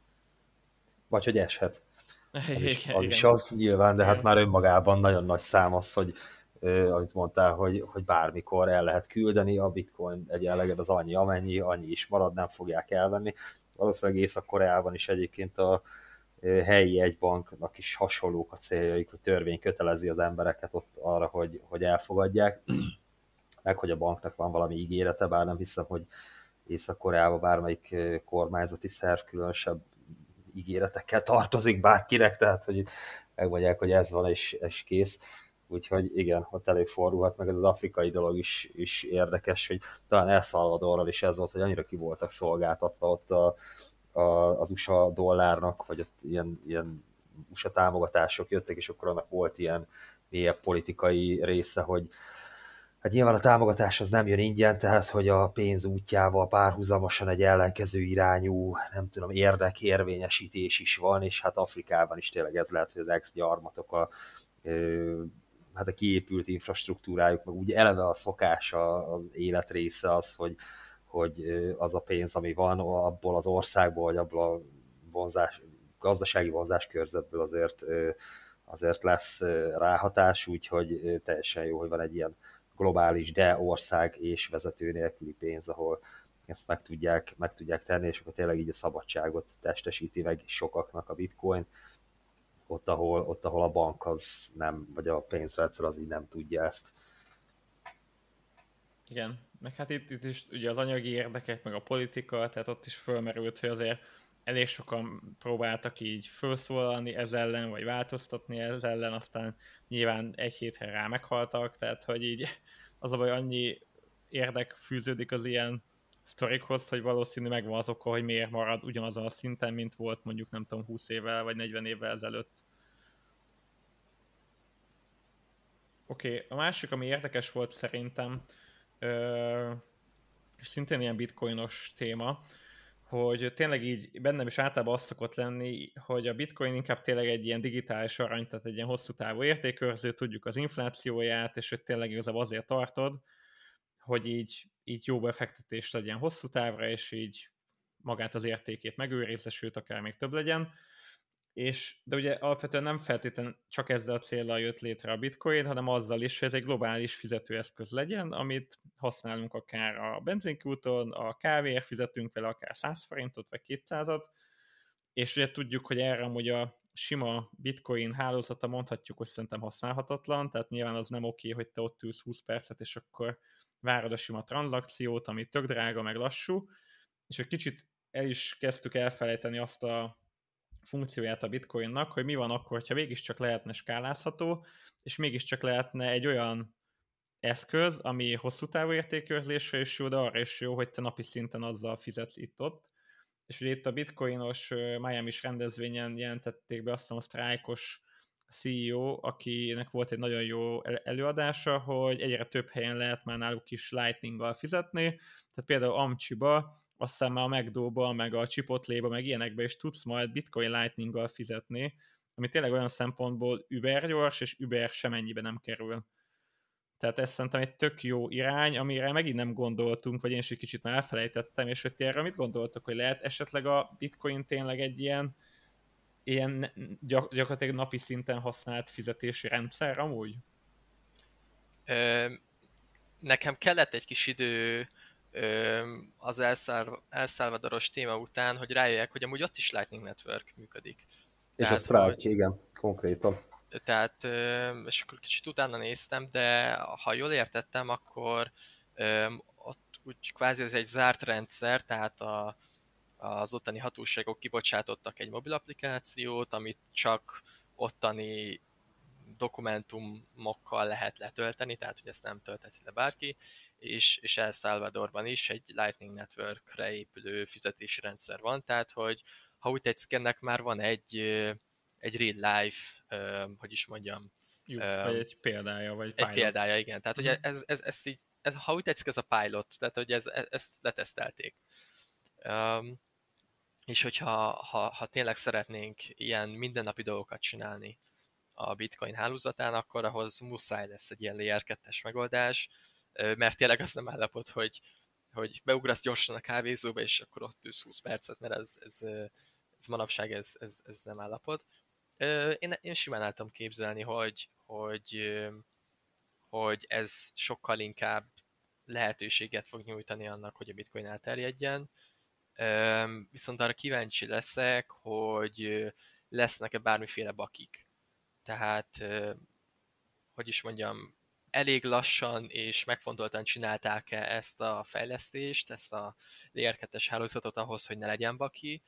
S3: Vagy hogy eshet.
S2: Igen.
S3: Is az nyilván, de hát már önmagában nagyon nagy szám az, hogy amit mondtál, hogy bármikor el lehet küldeni, a bitcoin egyenleged az annyi is marad, nem fogják elvenni. Valószínűleg Észak-Koreában is egyébként a helyi jegybanknak is hasonlók a céljaik, hogy törvény kötelezi az embereket ott arra, hogy elfogadják, meg hogy a banknak van valami ígérete, bár nem hiszem, hogy Észak-Koreában bármelyik kormányzati szerv különösebb ígéretekkel tartozik bárkinek, tehát hogy megmondják, hogy ez van és kész. Úgyhogy igen, ott előfordulhat, meg ez az afrikai dolog is érdekes, hogy talán El Salvadorral is ez volt, hogy annyira ki voltak szolgáltatva ott az USA dollárnak, vagy ott ilyen USA támogatások jöttek, és akkor annak volt ilyen mélyebb politikai része, hogy hát nyilván a támogatás az nem jön ingyen, tehát hogy a pénz útjával párhuzamosan egy ellenkező irányú, nem tudom, érdekérvényesítés is van, és hát Afrikában is tényleg ez lehet, hogy az ex-gyarmatok hát a kiépült infrastruktúrájuk, meg úgy eleve a szokás, az élet része az, hogy az a pénz, ami van, abból az országból, vagy abból a gazdasági vonzáskörzetből azért lesz ráhatás, úgyhogy teljesen jó, hogy van egy ilyen globális, de ország és vezető nélküli pénz, ahol ezt meg tudják tenni, és akkor tényleg így a szabadságot testesíti meg sokaknak a bitcoin, ott ahol a bank az nem, vagy a pénzrendszer az így nem tudja ezt.
S2: Igen, meg hát itt is ugye az anyagi érdekek, meg a politika, tehát ott is fölmerült, hogy azért elég sokan próbáltak így felszólalni ez ellen, vagy változtatni ez ellen, aztán nyilván egy hétre rá meghaltak, tehát hogy így az a baj, annyi érdek fűződik az ilyen sztorikhoz, hogy valószínű megvan az oka, hogy miért marad ugyanazon a szinten, mint volt mondjuk nem tudom 20 évvel vagy 40 évvel ezelőtt. Oké, a másik, ami érdekes volt szerintem, és szintén ilyen bitcoinos téma, hogy tényleg így bennem is általában az szokott lenni, hogy a bitcoin inkább tényleg egy ilyen digitális arany, tehát egy ilyen hosszú távú értékőrző, tudjuk az inflációját, és hogy tényleg igazából azért tartod, hogy így jó befektetés legyen hosszú távra, és így magát az értékét megőrizze, sőt, akár még több legyen. De ugye alapvetően nem feltétlenül csak ezzel a céllal jött létre a bitcoin, hanem azzal is, hogy ez egy globális fizetőeszköz legyen, amit használunk akár a benzinkúton, a kávéért fizetünk vele akár 100 forintot vagy 200-at, és ugye tudjuk, hogy erre amúgy a sima bitcoin hálózata mondhatjuk, hogy szerintem használhatatlan, tehát nyilván az nem oké, hogy te ott ülsz 20 percet, és akkor várod a sima tranzakciót, ami tök drága, meg lassú, és egy kicsit el is kezdtük elfelejteni azt a funkcióját a bitcoinnak, hogy mi van akkor, ha mégiscsak lehetne skálázható, és mégiscsak lehetne egy olyan eszköz, ami hosszú távú értékőrzésre is jó, de arra is jó, hogy te napi szinten azzal fizetsz itt-ott. És ugye itt a bitcoinos Miami-s rendezvényen jelentették be azt hiszem a Strike-os CEO, akinek volt egy nagyon jó előadása, hogy egyre több helyen lehet már náluk is Lightning-gal fizetni, tehát például Amcsiba, azt hiszem már a McDo-ba, meg a Chipotle-ba, meg ilyenekbe is tudsz majd Bitcoin Lightning-gal fizetni, ami tényleg olyan szempontból über gyors, és über semennyibe nem kerül. Tehát ez szerintem egy tök jó irány, amire megint nem gondoltunk, vagy én is egy kicsit már elfelejtettem, és hogy ti erről mit gondoltok, hogy lehet esetleg a Bitcoin tényleg egy ilyen gyakorlatilag napi szinten használt fizetési rendszer amúgy?
S4: Nekem kellett egy kis idő az El Salvadoros téma után, hogy rájöjjek, hogy amúgy ott is Lightning Network működik.
S3: És tehát, a Strike, igen, konkrétan.
S4: Tehát, és akkor kicsit utána néztem, de ha jól értettem, akkor ott úgy kvázi ez egy zárt rendszer, tehát az ottani hatóságok kibocsátottak egy mobil applikációt, amit csak ottani dokumentumokkal lehet letölteni, tehát hogy ezt nem töltheti le bárki, és El Salvadorban is egy Lightning Networkre épülő fizetési rendszer van, tehát hogy ha úgy tetszik, ennek már van egy real life, hogy is mondjam,
S2: vagy egy példája, vagy
S4: pilot. Egy példája, igen. Tehát, hogy ez így, ha úgy tetszik, ez a pilot, tehát, hogy ezt letesztelték. És hogyha tényleg szeretnénk ilyen mindennapi dolgokat csinálni a Bitcoin hálózatán, akkor ahhoz muszáj lesz egy ilyen Layer 2-es megoldás, mert tényleg az nem állapot, hogy beugrasz gyorsan a kávézóba, és akkor ott ülsz 20 percet, mert ez manapság ez nem állapot. Én simán el tudom képzelni, hogy ez sokkal inkább lehetőséget fog nyújtani annak, hogy a Bitcoin elterjedjen. Viszont arra kíváncsi leszek, hogy lesznek-e bármiféle bakik. Tehát, hogy is mondjam, elég lassan és megfontoltan csinálták-e ezt a fejlesztést, ezt a Layer 2-es hálózatot ahhoz, hogy ne legyen baki,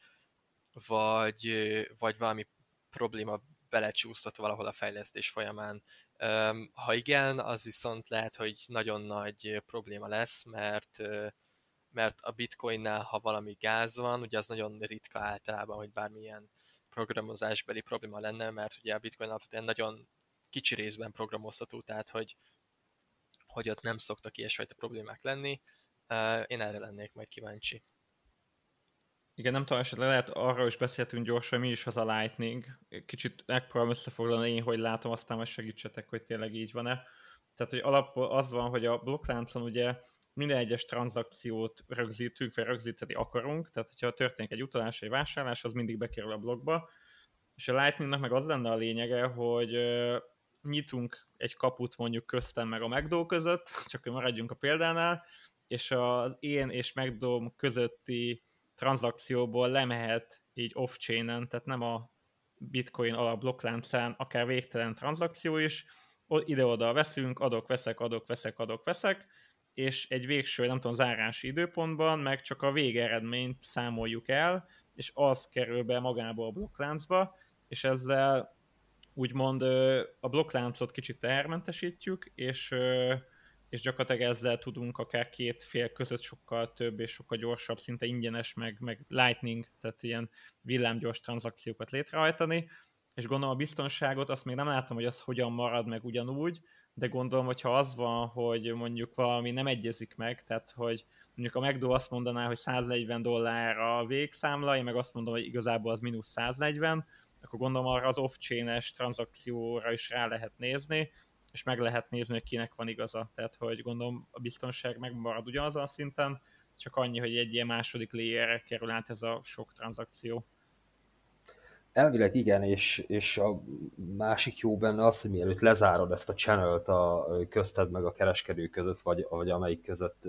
S4: vagy valami probléma belecsúsztott valahol a fejlesztés folyamán. Ha igen, az viszont lehet, hogy nagyon nagy probléma lesz, mert a Bitcoinnál, ha valami gáz van, ugye az nagyon ritka általában, hogy bármilyen programozásbeli probléma lenne, mert ugye a Bitcoin alapvetően nagyon kicsi részben programozható, tehát hogy ott nem szoktak ilyesfajta problémák lenni. Én erre lennék majd kíváncsi.
S2: Igen, nem tudom, esetleg lehet arról is beszéltünk gyorsan, mi is az a Lightning. Kicsit megpróbálom összefoglalni én, hogy látom, aztán majd segítsetek, hogy tényleg így van-e. Tehát, hogy alapból az van, hogy a blokkláncon ugye minden egyes tranzakciót rögzítünk, vagy rögzíteni akarunk, tehát hogyha történik egy utalás, egy vásárlás, az mindig bekerül a blokkba. És a Lightningnak meg az lenne a lényege, hogy nyitunk egy kaput mondjuk köztem meg a McDo között, csak hogy maradjunk a példánál, és az én és McDo közötti tranzakcióból lemehet így off-chainen, tehát nem a Bitcoin alap blokkláncán, akár végtelen tranzakció is, ide-oda veszünk, adok, veszek, és egy végső, nem tudom, zárási időpontban meg csak a végeredményt számoljuk el, és az kerül be magába a blokkláncba, és ezzel úgymond a blokkláncot kicsit tehermentesítjük, és és gyakorlatilag ezzel tudunk akár két fél között sokkal több és sokkal gyorsabb, szinte ingyenes, meg lightning, tehát ilyen villámgyors tranzakciókat létrehajtani, és gondolom a biztonságot, azt még nem látom, hogy az hogyan marad meg ugyanúgy, de gondolom, hogyha az van, hogy mondjuk valami nem egyezik meg, tehát hogy mondjuk a McDo azt mondaná, hogy $140 a végszámla, én meg azt mondom, hogy igazából az mínusz 140, akkor gondolom arra az off-chain-es tranzakcióra is rá lehet nézni, és meg lehet nézni, hogy kinek van igaza. Tehát, hogy gondolom a biztonság megmarad ugyanazon a szinten, csak annyi, hogy egy ilyen második layerre kerül át ez a sok tranzakció.
S3: Elvileg igen, és a másik jó benne az, hogy mielőtt lezárod ezt a channelt a közted meg a kereskedő között, vagy amelyik között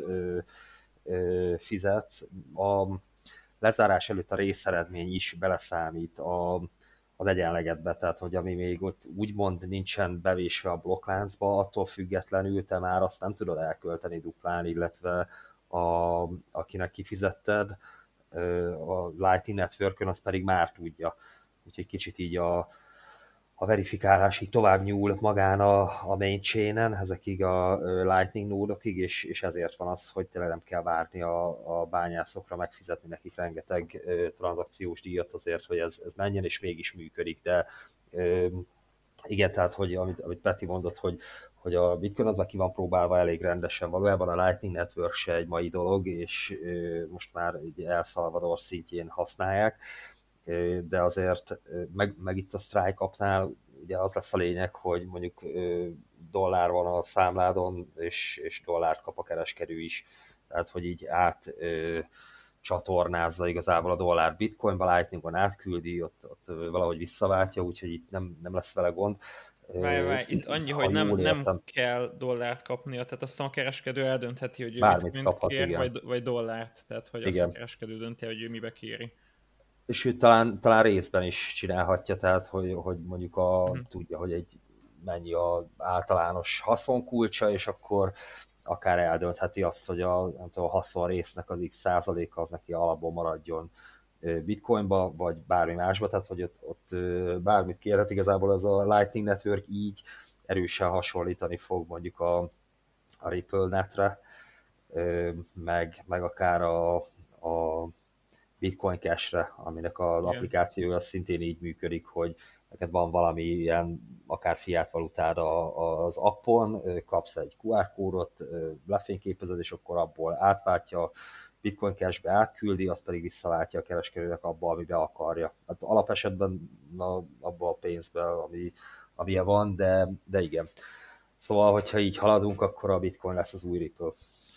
S3: fizetsz, a lezárás előtt a részeredmény is beleszámít az egyenlegedbe, tehát hogy ami még ott úgymond nincsen bevésve a blokkláncba, attól függetlenül te már azt nem tudod elkölteni duplán, illetve akinek kifizetted, a Lightning Networkön, az pedig már tudja. Úgyhogy kicsit így a verifikálás így tovább nyúl magán a main chainen, ezekig a Lightning nódokig, és ezért van az, hogy tényleg nem kell várni a bányászokra, megfizetni nekik rengeteg tranzakciós díjat azért, hogy ez menjen, és mégis működik, de igen, tehát hogy amit Peti mondott, hogy a Bitcoin az már ki van próbálva elég rendesen. Valójában a Lightning Network se egy mai dolog, és most már egy El Salvador szintjén használják, de azért meg itt a Strike-upnál ugye az lesz a lényeg, hogy mondjuk dollár van a számládon, és dollárt kap a kereskedő is. Tehát, hogy így csatornázza igazából a dollár bitcoinba, Lightningon átküldi, ott valahogy visszaváltja, úgyhogy itt nem lesz vele gond.
S2: Várj, itt annyi, hogy nem kell dollárt kapnia, tehát azt a kereskedő eldöntheti, hogy ő
S3: bármit
S2: mit kér, vagy dollárt, tehát hogy igen. Azt a kereskedő dönti, hogy ő mibe kéri.
S3: És ő talán részben is csinálhatja, tehát hogy mondjuk tudja, hogy mennyi az általános haszonkulcsa, és akkor akár eldöntheti azt, hogy a haszon résznek az x százaléka az neki alapból maradjon bitcoinba, vagy bármi másba, tehát hogy ott bármit kérhet, igazából az a Lightning Network így erősen hasonlítani fog mondjuk a Ripple netre, meg akár a Bitcoin Cash-re, aminek az applikációja szintén így működik, hogy neked van valami ilyen akár fiat valutád az appon, kapsz egy QR kódot, lefényképezed, és akkor abból átváltja, Bitcoin Cash-be átküldi, azt pedig visszaváltja a kereskedőnek abba, amibe akarja. Hát alapesetben abba a pénzbe, amilyen van, de igen. Szóval, hogyha így haladunk, akkor a Bitcoin lesz az új Ripple.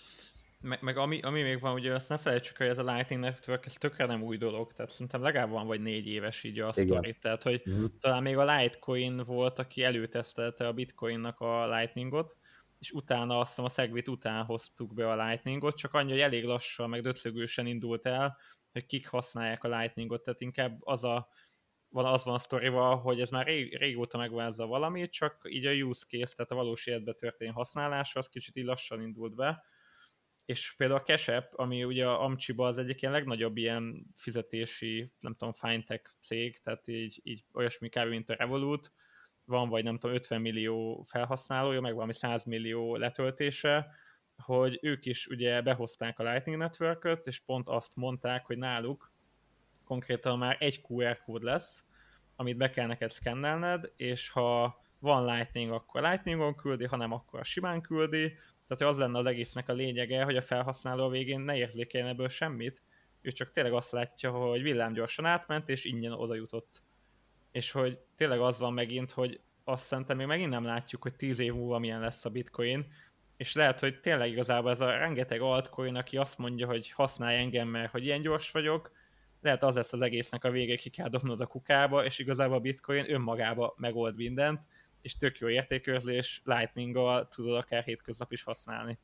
S2: Meg ami még van, ugye azt ne felejtsük, hogy ez a Lightning Network, ez tökre nem új dolog, tehát szerintem legalább van vagy 4 éves így a sztori, tehát hogy talán még a Litecoin volt, aki előtesztelte a Bitcoinnak a Lightningot, és utána azt hiszem a Segwit után hoztuk be a Lightningot, csak annyi, hogy elég lassan, meg döcögősen indult el, hogy kik használják a Lightningot, tehát inkább az van a sztorival, hogy ez már régóta megváltozza valamit, csak így a use case, tehát a valós életben történő használása, az kicsit így lassan indult be, és például a Cash App, ami ugye a Amcsiba az egyik ilyen legnagyobb ilyen fizetési, nem tudom, fintech cég, tehát így olyasmi kb. Mint a Revolut, van vagy nem tudom 50 millió felhasználója, meg valami 100 millió letöltése, hogy ők is ugye behozták a Lightning Network-öt, és pont azt mondták, hogy náluk konkrétan már egy QR kód lesz, amit be kell neked szkennelned, és ha van Lightning, akkor Lightningon küldi, ha nem, akkor simán küldi. Tehát az lenne az egésznek a lényege, hogy a felhasználó a végén ne érzékeljen ebből semmit, ő csak tényleg azt látja, hogy villámgyorsan átment, és ingyen oda jutott. És hogy tényleg az van megint, hogy azt szerintem még megint nem látjuk, hogy 10 év múlva milyen lesz a Bitcoin, és lehet, hogy tényleg igazából ez a rengeteg altcoin, aki azt mondja, hogy használj engem, mert hogy ilyen gyors vagyok, lehet az lesz az egésznek a vége, ki kell dobnod a kukába, és igazából a Bitcoin önmagába megold mindent, és tök jó értékőrzés, Lightning-gal tudod akár hétköznap is használni.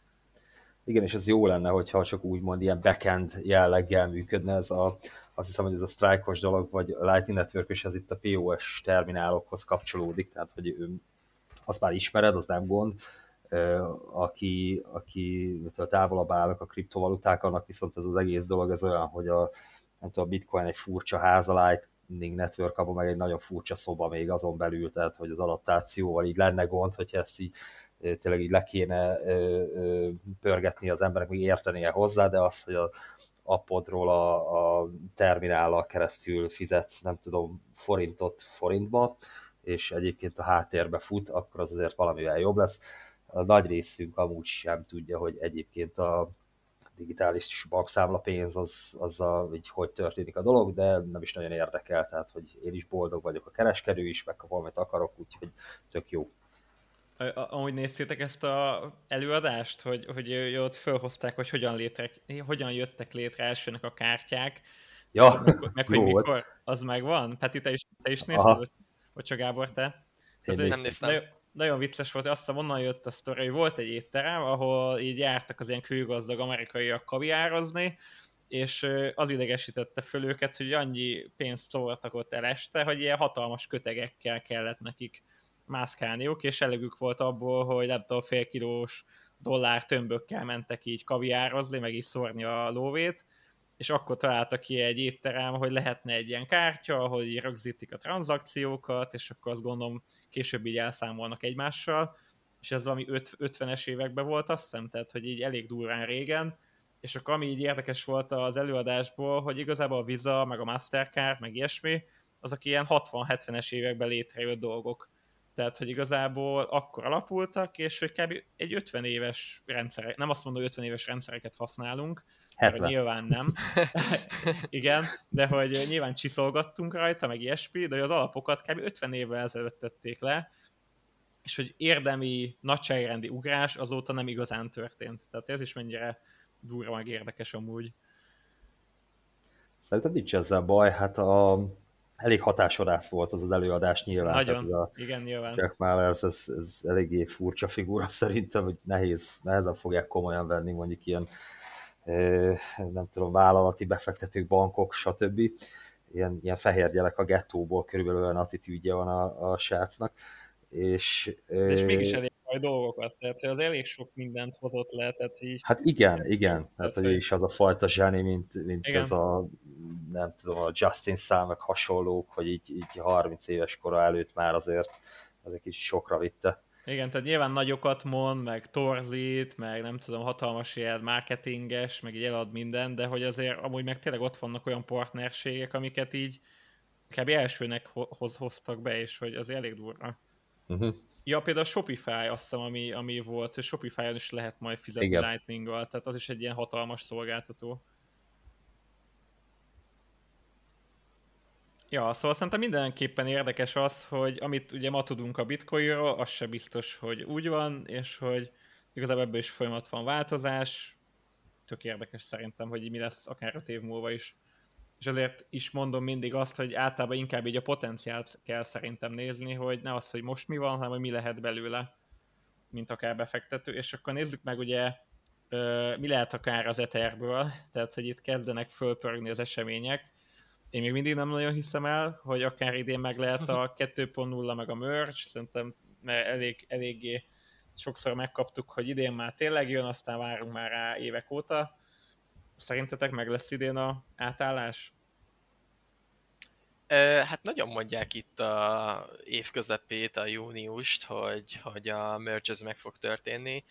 S3: Igen, és ez jó lenne, hogyha csak úgymond ilyen backend jelleggel működne, azt hiszem, hogy ez a Strike-os dolog, vagy a Lightning Network, és ez itt a POS terminálokhoz kapcsolódik, tehát hogy azt már ismered, az nem gond, aki távolabb állnak a kriptovaluták, annak viszont ez az egész dolog, ez olyan, hogy nem tudom, a Bitcoin egy furcsa ház, a Lightning Network, abban meg egy nagyon furcsa szoba még azon belül, tehát hogy az adaptációval így lenne gond, hogyha ezt így tényleg így le kéne pörgetni az emberek, még értenie hozzá, de az, hogy a appodról a terminállal keresztül fizetsz, nem tudom, forintot forintba, és egyébként a háttérbe fut, akkor az azért valamivel jobb lesz. A nagy részünk amúgy sem tudja, hogy egyébként a digitális bankszámlapénz így hogy történik a dolog, de nem is nagyon érdekel, tehát hogy én is boldog vagyok, a kereskedő is, megkapom, amit akarok, úgyhogy tök jó.
S2: Amúgy néztétek ezt a előadást, hogy ott felhozták, hogy hogyan jöttek létre elsőnek a kártyák,
S3: Ja,
S2: meg hogy mikor, az megvan? Peti, te is nézted? Vagy csak Gábor, te?
S4: Nem néztem.
S2: Nagyon vicces volt, azt hiszem onnan jött a sztori, hogy volt egy étterem, ahol így jártak az ilyen kőgazdag amerikaiak kaviározni, és az idegesítette föl őket, hogy annyi pénzt szórtak ott el este, hogy ilyen hatalmas kötegekkel kellett nekik mászkálniuk, és elegük volt abból, hogy nem tudom, fél kilós dollár tömbökkel mentek így kaviározni, meg is szórni a lóvét, és akkor találtak ki egy étterem, hogy lehetne egy ilyen kártya, ahol így rögzítik a tranzakciókat, és akkor azt gondolom később így elszámolnak egymással, és ez valami 50-es években volt, azt hiszem, tehát hogy így elég durván régen, és akkor ami így érdekes volt az előadásból, hogy igazából a Visa, meg a Mastercard, meg ilyesmi, azok ilyen 60-70-es években létrejött dolgok. Tehát, hogy igazából akkor alapultak, és hogy kb. Egy 50 éves rendszerek, nem azt mondom, hogy 50 éves rendszereket használunk, mert nyilván nem. Igen, de hogy nyilván csiszolgattunk rajta, meg ilyesmi, de hogy az alapokat kb. 50 évvel ezelőtt tették le, és hogy érdemi nagyságrendi ugrás azóta nem igazán történt. Tehát ez is mennyire durva, meg érdekes amúgy.
S3: Szerintem nincs ezzel baj, hát elég hatásvadász volt az előadás nyilván.
S2: Nagyon, igen, nyilván.
S3: Jack Mallers, ez eléggé furcsa figura szerintem, hogy nehezen fogják komolyan venni mondjuk ilyen, nem tudom, vállalati befektetők, bankok, stb. Ilyen fehér gyerek a gettóból, körülbelül olyan attitűdje van a srácnak.
S2: De és mégis elég nagy dolgokat, tehát az elég sok mindent hozott le, tehát így...
S3: Hát igen, tehát hogy is az a fajta zseni, mint ez a, nem tudom, a Justin Sam, meg hasonlók, hogy így 30 éves kora előtt már azért az egy kicsit sokra vitte.
S2: Igen, tehát nyilván nagyokat mond, meg torzít, meg nem tudom, hatalmas ilyen marketinges, meg így elad minden, de hogy azért amúgy meg tényleg ott vannak olyan partnerségek, amiket így kb. Elsőnek hoztak be, és hogy az elég durva.
S3: Uh-huh.
S2: Ja, például a Shopify, azt hiszem, ami volt, hogy Shopify-on is lehet majd fizetni Lightning-gal, tehát az is egy ilyen hatalmas szolgáltató. Ja, szóval szerintem mindenképpen érdekes az, hogy amit ugye ma tudunk a Bitcoinról, az se biztos, hogy úgy van, és hogy igazából ebből is folyamat van változás. Tök érdekes szerintem, hogy mi lesz akár 5 év múlva is. És azért is mondom mindig azt, hogy általában inkább így a potenciált kell szerintem nézni, hogy ne az, hogy most mi van, hanem hogy mi lehet belőle, mint akár befektető. És akkor nézzük meg ugye, mi lehet akár az Etherből, tehát hogy itt kezdenek fölpörögni az események. Én még mindig nem nagyon hiszem el, hogy akár idén meg lehet a 2.0 meg a merge, szerintem eléggé sokszor megkaptuk, hogy idén már tényleg jön, aztán várunk már rá évek óta. Szerintetek meg lesz idén a átállás?
S4: Hát nagyon mondják itt a év közepét, a júniust, hogy a merge ez meg fog történni.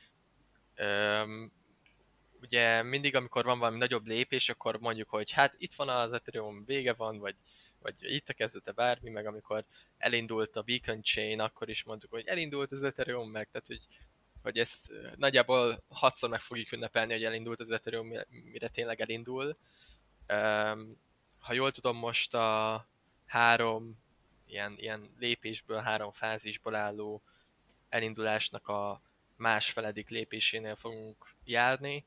S4: Ugye mindig, amikor van valami nagyobb lépés, akkor mondjuk, hogy hát itt van az Ethereum, vége van, vagy itt a kezdete bármi, meg amikor elindult a Beacon Chain, akkor is mondtuk, hogy elindult az Ethereum, meg tehát, hogy ezt nagyjából 6-szor meg fogjuk ünnepelni, hogy elindult az Ethereum, mire tényleg elindul. Ha jól tudom, most a 3 ilyen lépésből, 3 fázisból álló elindulásnak a másfeledik lépésénél fogunk járni,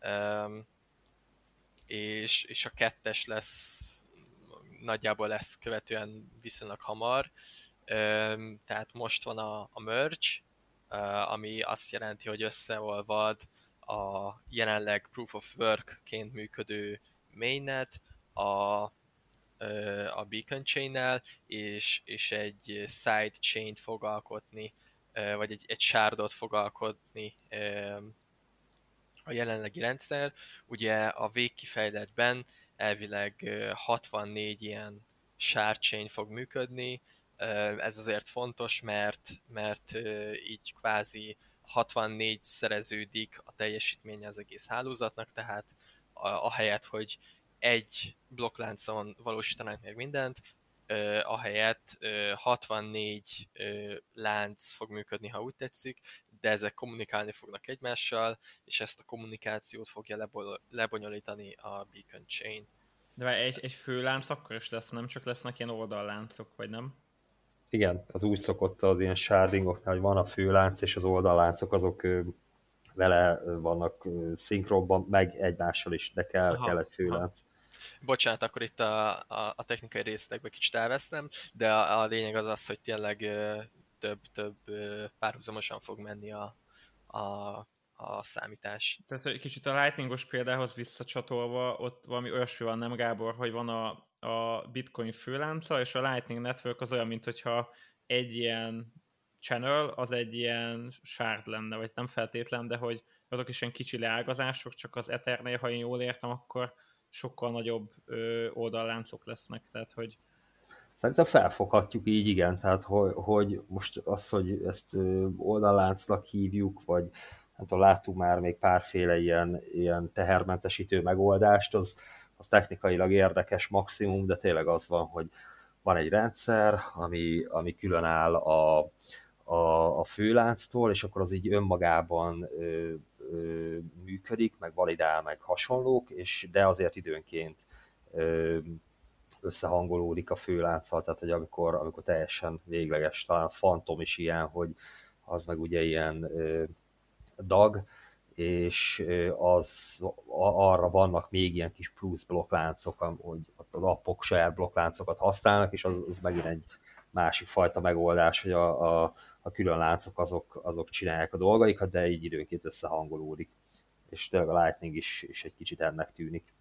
S4: és a 2-es lesz, nagyjából lesz követően viszonylag hamar. Tehát most van a merge, ami azt jelenti, hogy összeolvad a jelenleg Proof of Work-ként működő mainnet a Beacon Chain-nel, és egy side chain-t fog alkotni, vagy egy shardot fog alkotni a jelenlegi rendszer. Ugye a végkifejletben elvileg 64 ilyen shard chain fog működni. Ez azért fontos, mert így kvázi 64 szereződik a teljesítménye az egész hálózatnak, tehát ahelyett, hogy egy blokkláncon valósítanánk meg mindent, ahelyett 64 lánc fog működni, ha úgy tetszik, de ezek kommunikálni fognak egymással, és ezt a kommunikációt fogja lebonyolítani a Beacon Chain.
S2: De egy főlánc akkor is lesz, nem csak lesznek ilyen oldalláncok, vagy nem?
S3: Igen, az úgy szokott az ilyen shardingoknál, hogy van a főlánc, és az oldalláncok azok vele vannak szinkronban, meg egymással is, de kell egy főlánc.
S4: Bocsánat, akkor itt a technikai részletekbe kicsit elvesztem, de a lényeg az az, hogy tényleg több párhuzamosan fog menni a számítás.
S2: Tehát egy kicsit a Lightningos példához visszacsatolva, ott valami olyasmi van, nem Gábor, hogy van a Bitcoin főlánca, és a Lightning Network az olyan, mint hogyha egy ilyen channel, az egy ilyen shard lenne, vagy nem feltétlen, de hogy azok is ilyen kicsi leágazások, csak az Ethernél, ha én jól értem, akkor sokkal nagyobb oldalláncok lesznek, tehát hogy...
S3: Szerintem felfoghatjuk így, igen, tehát hogy most az, hogy ezt oldalláncnak hívjuk, vagy nem tudom, láttuk már még párféle ilyen tehermentesítő megoldást, az technikailag érdekes maximum, de tényleg az van, hogy van egy rendszer, ami külön áll a főlánctól, és akkor az így önmagában működik, meg validál, meg hasonlók, de azért időnként összehangolódik a főlánccal, tehát hogy amikor teljesen végleges, talán Phantom is ilyen, hogy az meg ugye ilyen DAG, és arra vannak még ilyen kis plusz blokkláncok, hogy az appok saját blokkláncokat használnak, és az megint egy másik fajta megoldás, hogy a külön láncok azok csinálják a dolgaikat, de így időnként összehangolódik. És tényleg a Lightning is egy kicsit ennek tűnik.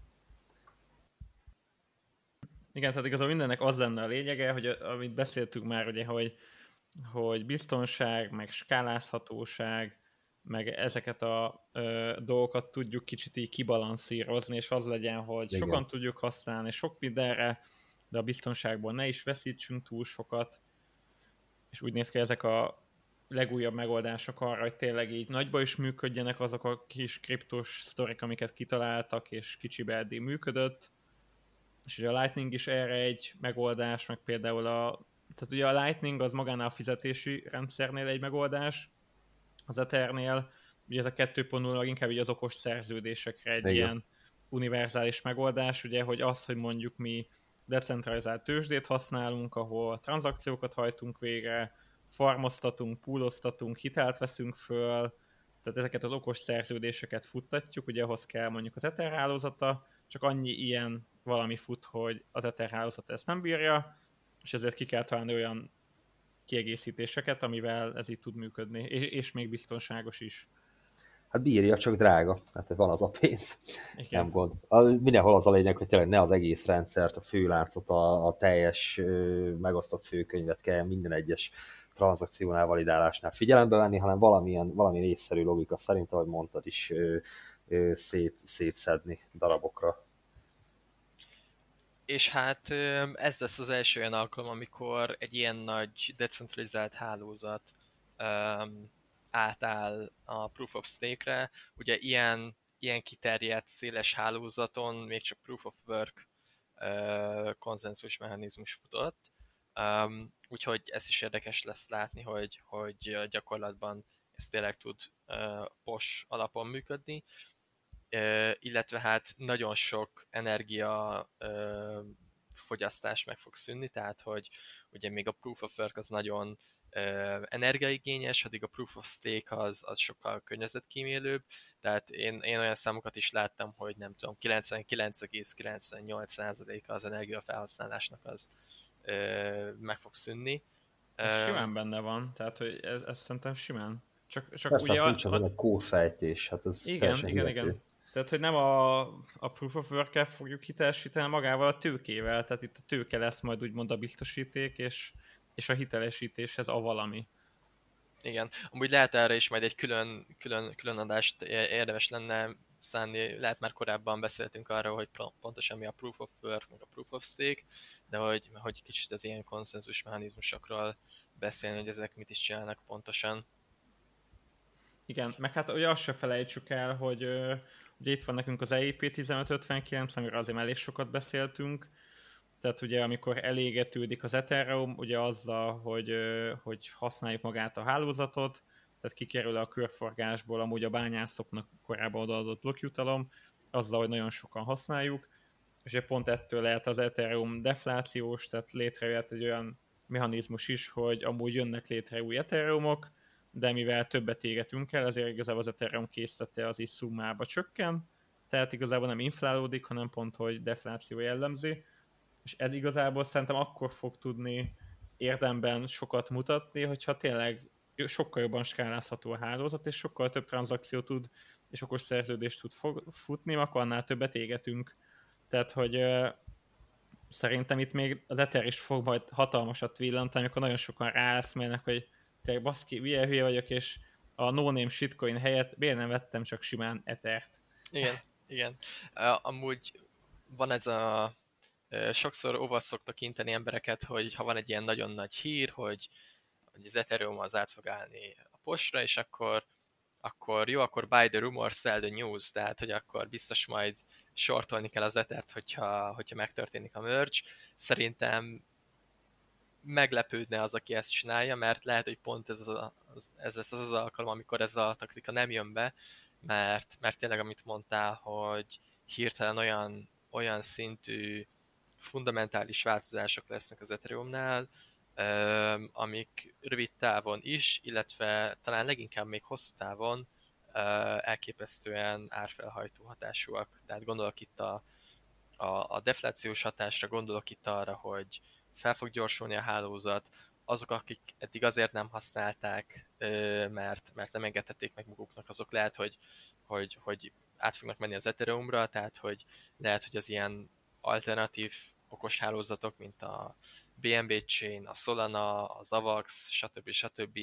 S2: Igen, tehát igazából mindennek az lenne a lényege, hogy amit beszéltünk már, ugye, hogy biztonság, meg skálázhatóság, meg ezeket a dolgokat tudjuk kicsit így kibalanszírozni, és az legyen, hogy
S3: igen,
S2: sokan tudjuk használni, sok mindenre, de a biztonságból ne is veszítsünk túl sokat, és úgy néz ki, ezek a legújabb megoldások arra, hogy tényleg így nagyba is működjenek azok a kis kriptos sztorik, amiket kitaláltak, és kicsibe eddig működött, és ugye a Lightning is erre egy megoldás, meg például tehát ugye a Lightning az magánál a fizetési rendszernél egy megoldás, az Ethernél ugye ez a 2.0 inkább így az okos szerződésekre egy ilyen univerzális megoldás, ugye, hogy az, hogy mondjuk mi decentralizált tőzsdét használunk, ahol tranzakciókat hajtunk végre, farmoztatunk, pooloztatunk, hitelt veszünk föl, tehát ezeket az okos szerződéseket futtatjuk, ugye ahhoz kell mondjuk az Ether hálózata, csak annyi ilyen valami fut, hogy az Ether hálózat ezt nem bírja, és ezért ki kell találni olyan kiegészítéseket, amivel ez így tud működni, és még biztonságos is.
S3: Hát bírja, csak drága. Hát van az a pénz.
S2: Igen.
S3: Nem gond. Mindenhol az a lényeg, hogy tényleg ne az egész rendszert, a főláncot, a teljes megosztott főkönyvet kell minden egyes tranzakciónál, validálásnál figyelembe venni, hanem valami észszerű logika szerint, ahogy mondtad is, szétszedni darabokra.
S4: És hát ez lesz az első olyan alkalom, amikor egy ilyen nagy decentralizált hálózat átáll a Proof of Stake-re. Ugye ilyen kiterjedt széles hálózaton még csak Proof of Work konszenzus mechanizmus futott. Úgyhogy ez is érdekes lesz látni, hogy gyakorlatban ez tényleg tud POS alapon működni. Illetve hát nagyon sok energia fogyasztás meg fog szűnni, tehát hogy ugye még a Proof of Work az nagyon energiaigényes, addig a Proof of Stake az sokkal környezetkímélőbb, tehát én olyan számokat is láttam, hogy nem tudom, 99,98%-a az energiafelhasználásnak az meg fog szűnni.
S2: Ez simán benne van, tehát hogy ez szerintem simán. Csak
S3: persze,
S2: ugye
S3: nincs azon egy kódfejtés, hát ez
S2: igen. Tehát, hogy nem a Proof of Work-kel fogjuk hitelesíteni magával a tőkével, tehát itt a tőke lesz majd úgymond a biztosíték, és a hitelesítéshez a valami.
S4: Igen, amúgy lehet erre is majd egy külön adást érdemes lenne szánni, lehet már korábban beszéltünk arról, hogy pontosan mi a Proof of Work, meg a Proof of Stake, de hogy kicsit az ilyen konszenzus mechanizmusokról beszélni, hogy ezek mit is csinálnak pontosan.
S2: Igen, meg hát ugye azt se felejtsük el, hogy ugye itt van nekünk az EIP 1559, amiről azért elég sokat beszéltünk, tehát ugye amikor elégetődik az Ethereum, ugye azzal, hogy használjuk magát a hálózatot, tehát kikerül a körforgásból amúgy a bányászoknak korábban odaadott blokkjutalom, azzal, hogy nagyon sokan használjuk, és ugye pont ettől lehet az Ethereum deflációs, tehát létrejött egy olyan mechanizmus is, hogy amúgy jönnek létre új Ethereumok, de mivel többet égetünk el, ezért igazából az Ethereum készlete az is szummába csökken, tehát igazából nem inflálódik, hanem pont, hogy defláció jellemzi, és ez igazából szerintem akkor fog tudni érdemben sokat mutatni, hogyha tényleg sokkal jobban skálázható a hálózat, és sokkal több tranzakció tud, és okos szerződést tud futni, akkor annál többet égetünk. Tehát, hogy szerintem itt még az Ether is fog majd hatalmasat villantani, amikor nagyon sokan ráeszmélnek, hogy tényleg baszki, milyen hülye vagyok, és a no-name shitcoin helyett miért nem vettem csak simán Ethert.
S4: Igen. Amúgy van ez a... Sokszor óva szoktak inteni embereket, hogy ha van egy ilyen nagyon nagy hír, hogy az Ethereum az át fog állni a postra, és akkor jó, akkor buy the rumor, sell the news, tehát hogy akkor biztos majd shortolni kell az Ethert, hogyha megtörténik a merge. Szerintem meglepődne az, aki ezt csinálja, mert lehet, hogy pont ez lesz az alkalom, amikor ez a taktika nem jön be, mert tényleg, amit mondtál, hogy hirtelen olyan szintű fundamentális változások lesznek az Ethereumnál, amik rövid távon is, illetve talán leginkább még hosszú távon elképesztően árfelhajtó hatásúak. Tehát gondolok itt a deflációs hatásra, gondolok itt arra, hogy fel fog gyorsulni a hálózat, azok, akik eddig azért nem használták, mert nem engedhették meg maguknak, azok lehet, hogy át fognak menni az Ethereumra, tehát hogy lehet, hogy az ilyen alternatív okos hálózatok, mint a BNB Chain, a Solana, az AVAX, stb.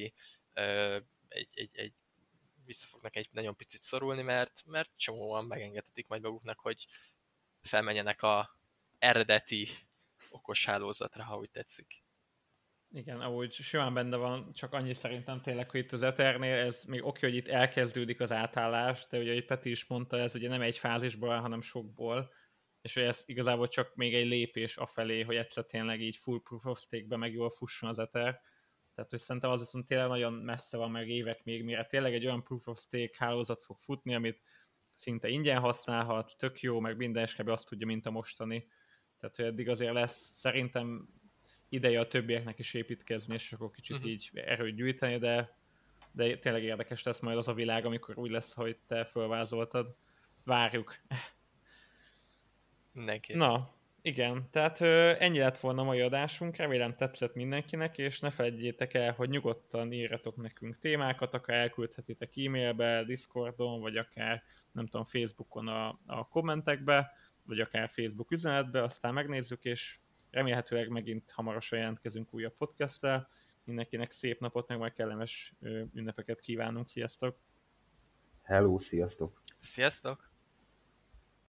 S4: Vissza fognak egy nagyon picit szorulni, mert csomóan megengedhetik majd maguknak, hogy felmenjenek a eredeti okos hálózatra, ha úgy tetszik.
S2: Igen, ahogy simán benne van, csak annyi szerintem tényleg, hogy itt az Ethernél ez még oké, hogy itt elkezdődik az átállás, de ugye, ahogy Peti is mondta, ez ugye nem egy fázisból, hanem sokból, és hogy ez igazából csak még egy lépés afelé, hogy egyszer tényleg így full proof of stake-be meg jól fusson az Ether. Tehát, hogy szerintem az viszont tényleg nagyon messze van, meg évek még, mire tényleg egy olyan proof of stake hálózat fog futni, amit szinte ingyen használhat, tök jó, meg minden kb. Azt tudja, mint a mostani. Tehát, hogy eddig azért lesz szerintem ideje a többieknek is építkezni, és akkor kicsit így erőt gyűjteni, de tényleg érdekes lesz majd az a világ, amikor úgy lesz, hogy te fölvázoltad. Várjuk.
S4: Mindenki.
S2: Na, igen, tehát ennyi lett volna a mai adásunk, remélem tetszett mindenkinek, és ne felejtjétek el, hogy nyugodtan írjatok nekünk témákat, akár elküldhetitek e-mailbe, Discordon, vagy akár, nem tudom, Facebookon a kommentekbe, vagy akár Facebook üzenetbe, aztán megnézzük, és remélhetőleg megint hamarosan jelentkezünk újabb podcasttel. Mindenkinek szép napot, meg majd kellemes ünnepeket kívánunk. Sziasztok!
S3: Hello, sziasztok!
S4: Sziasztok!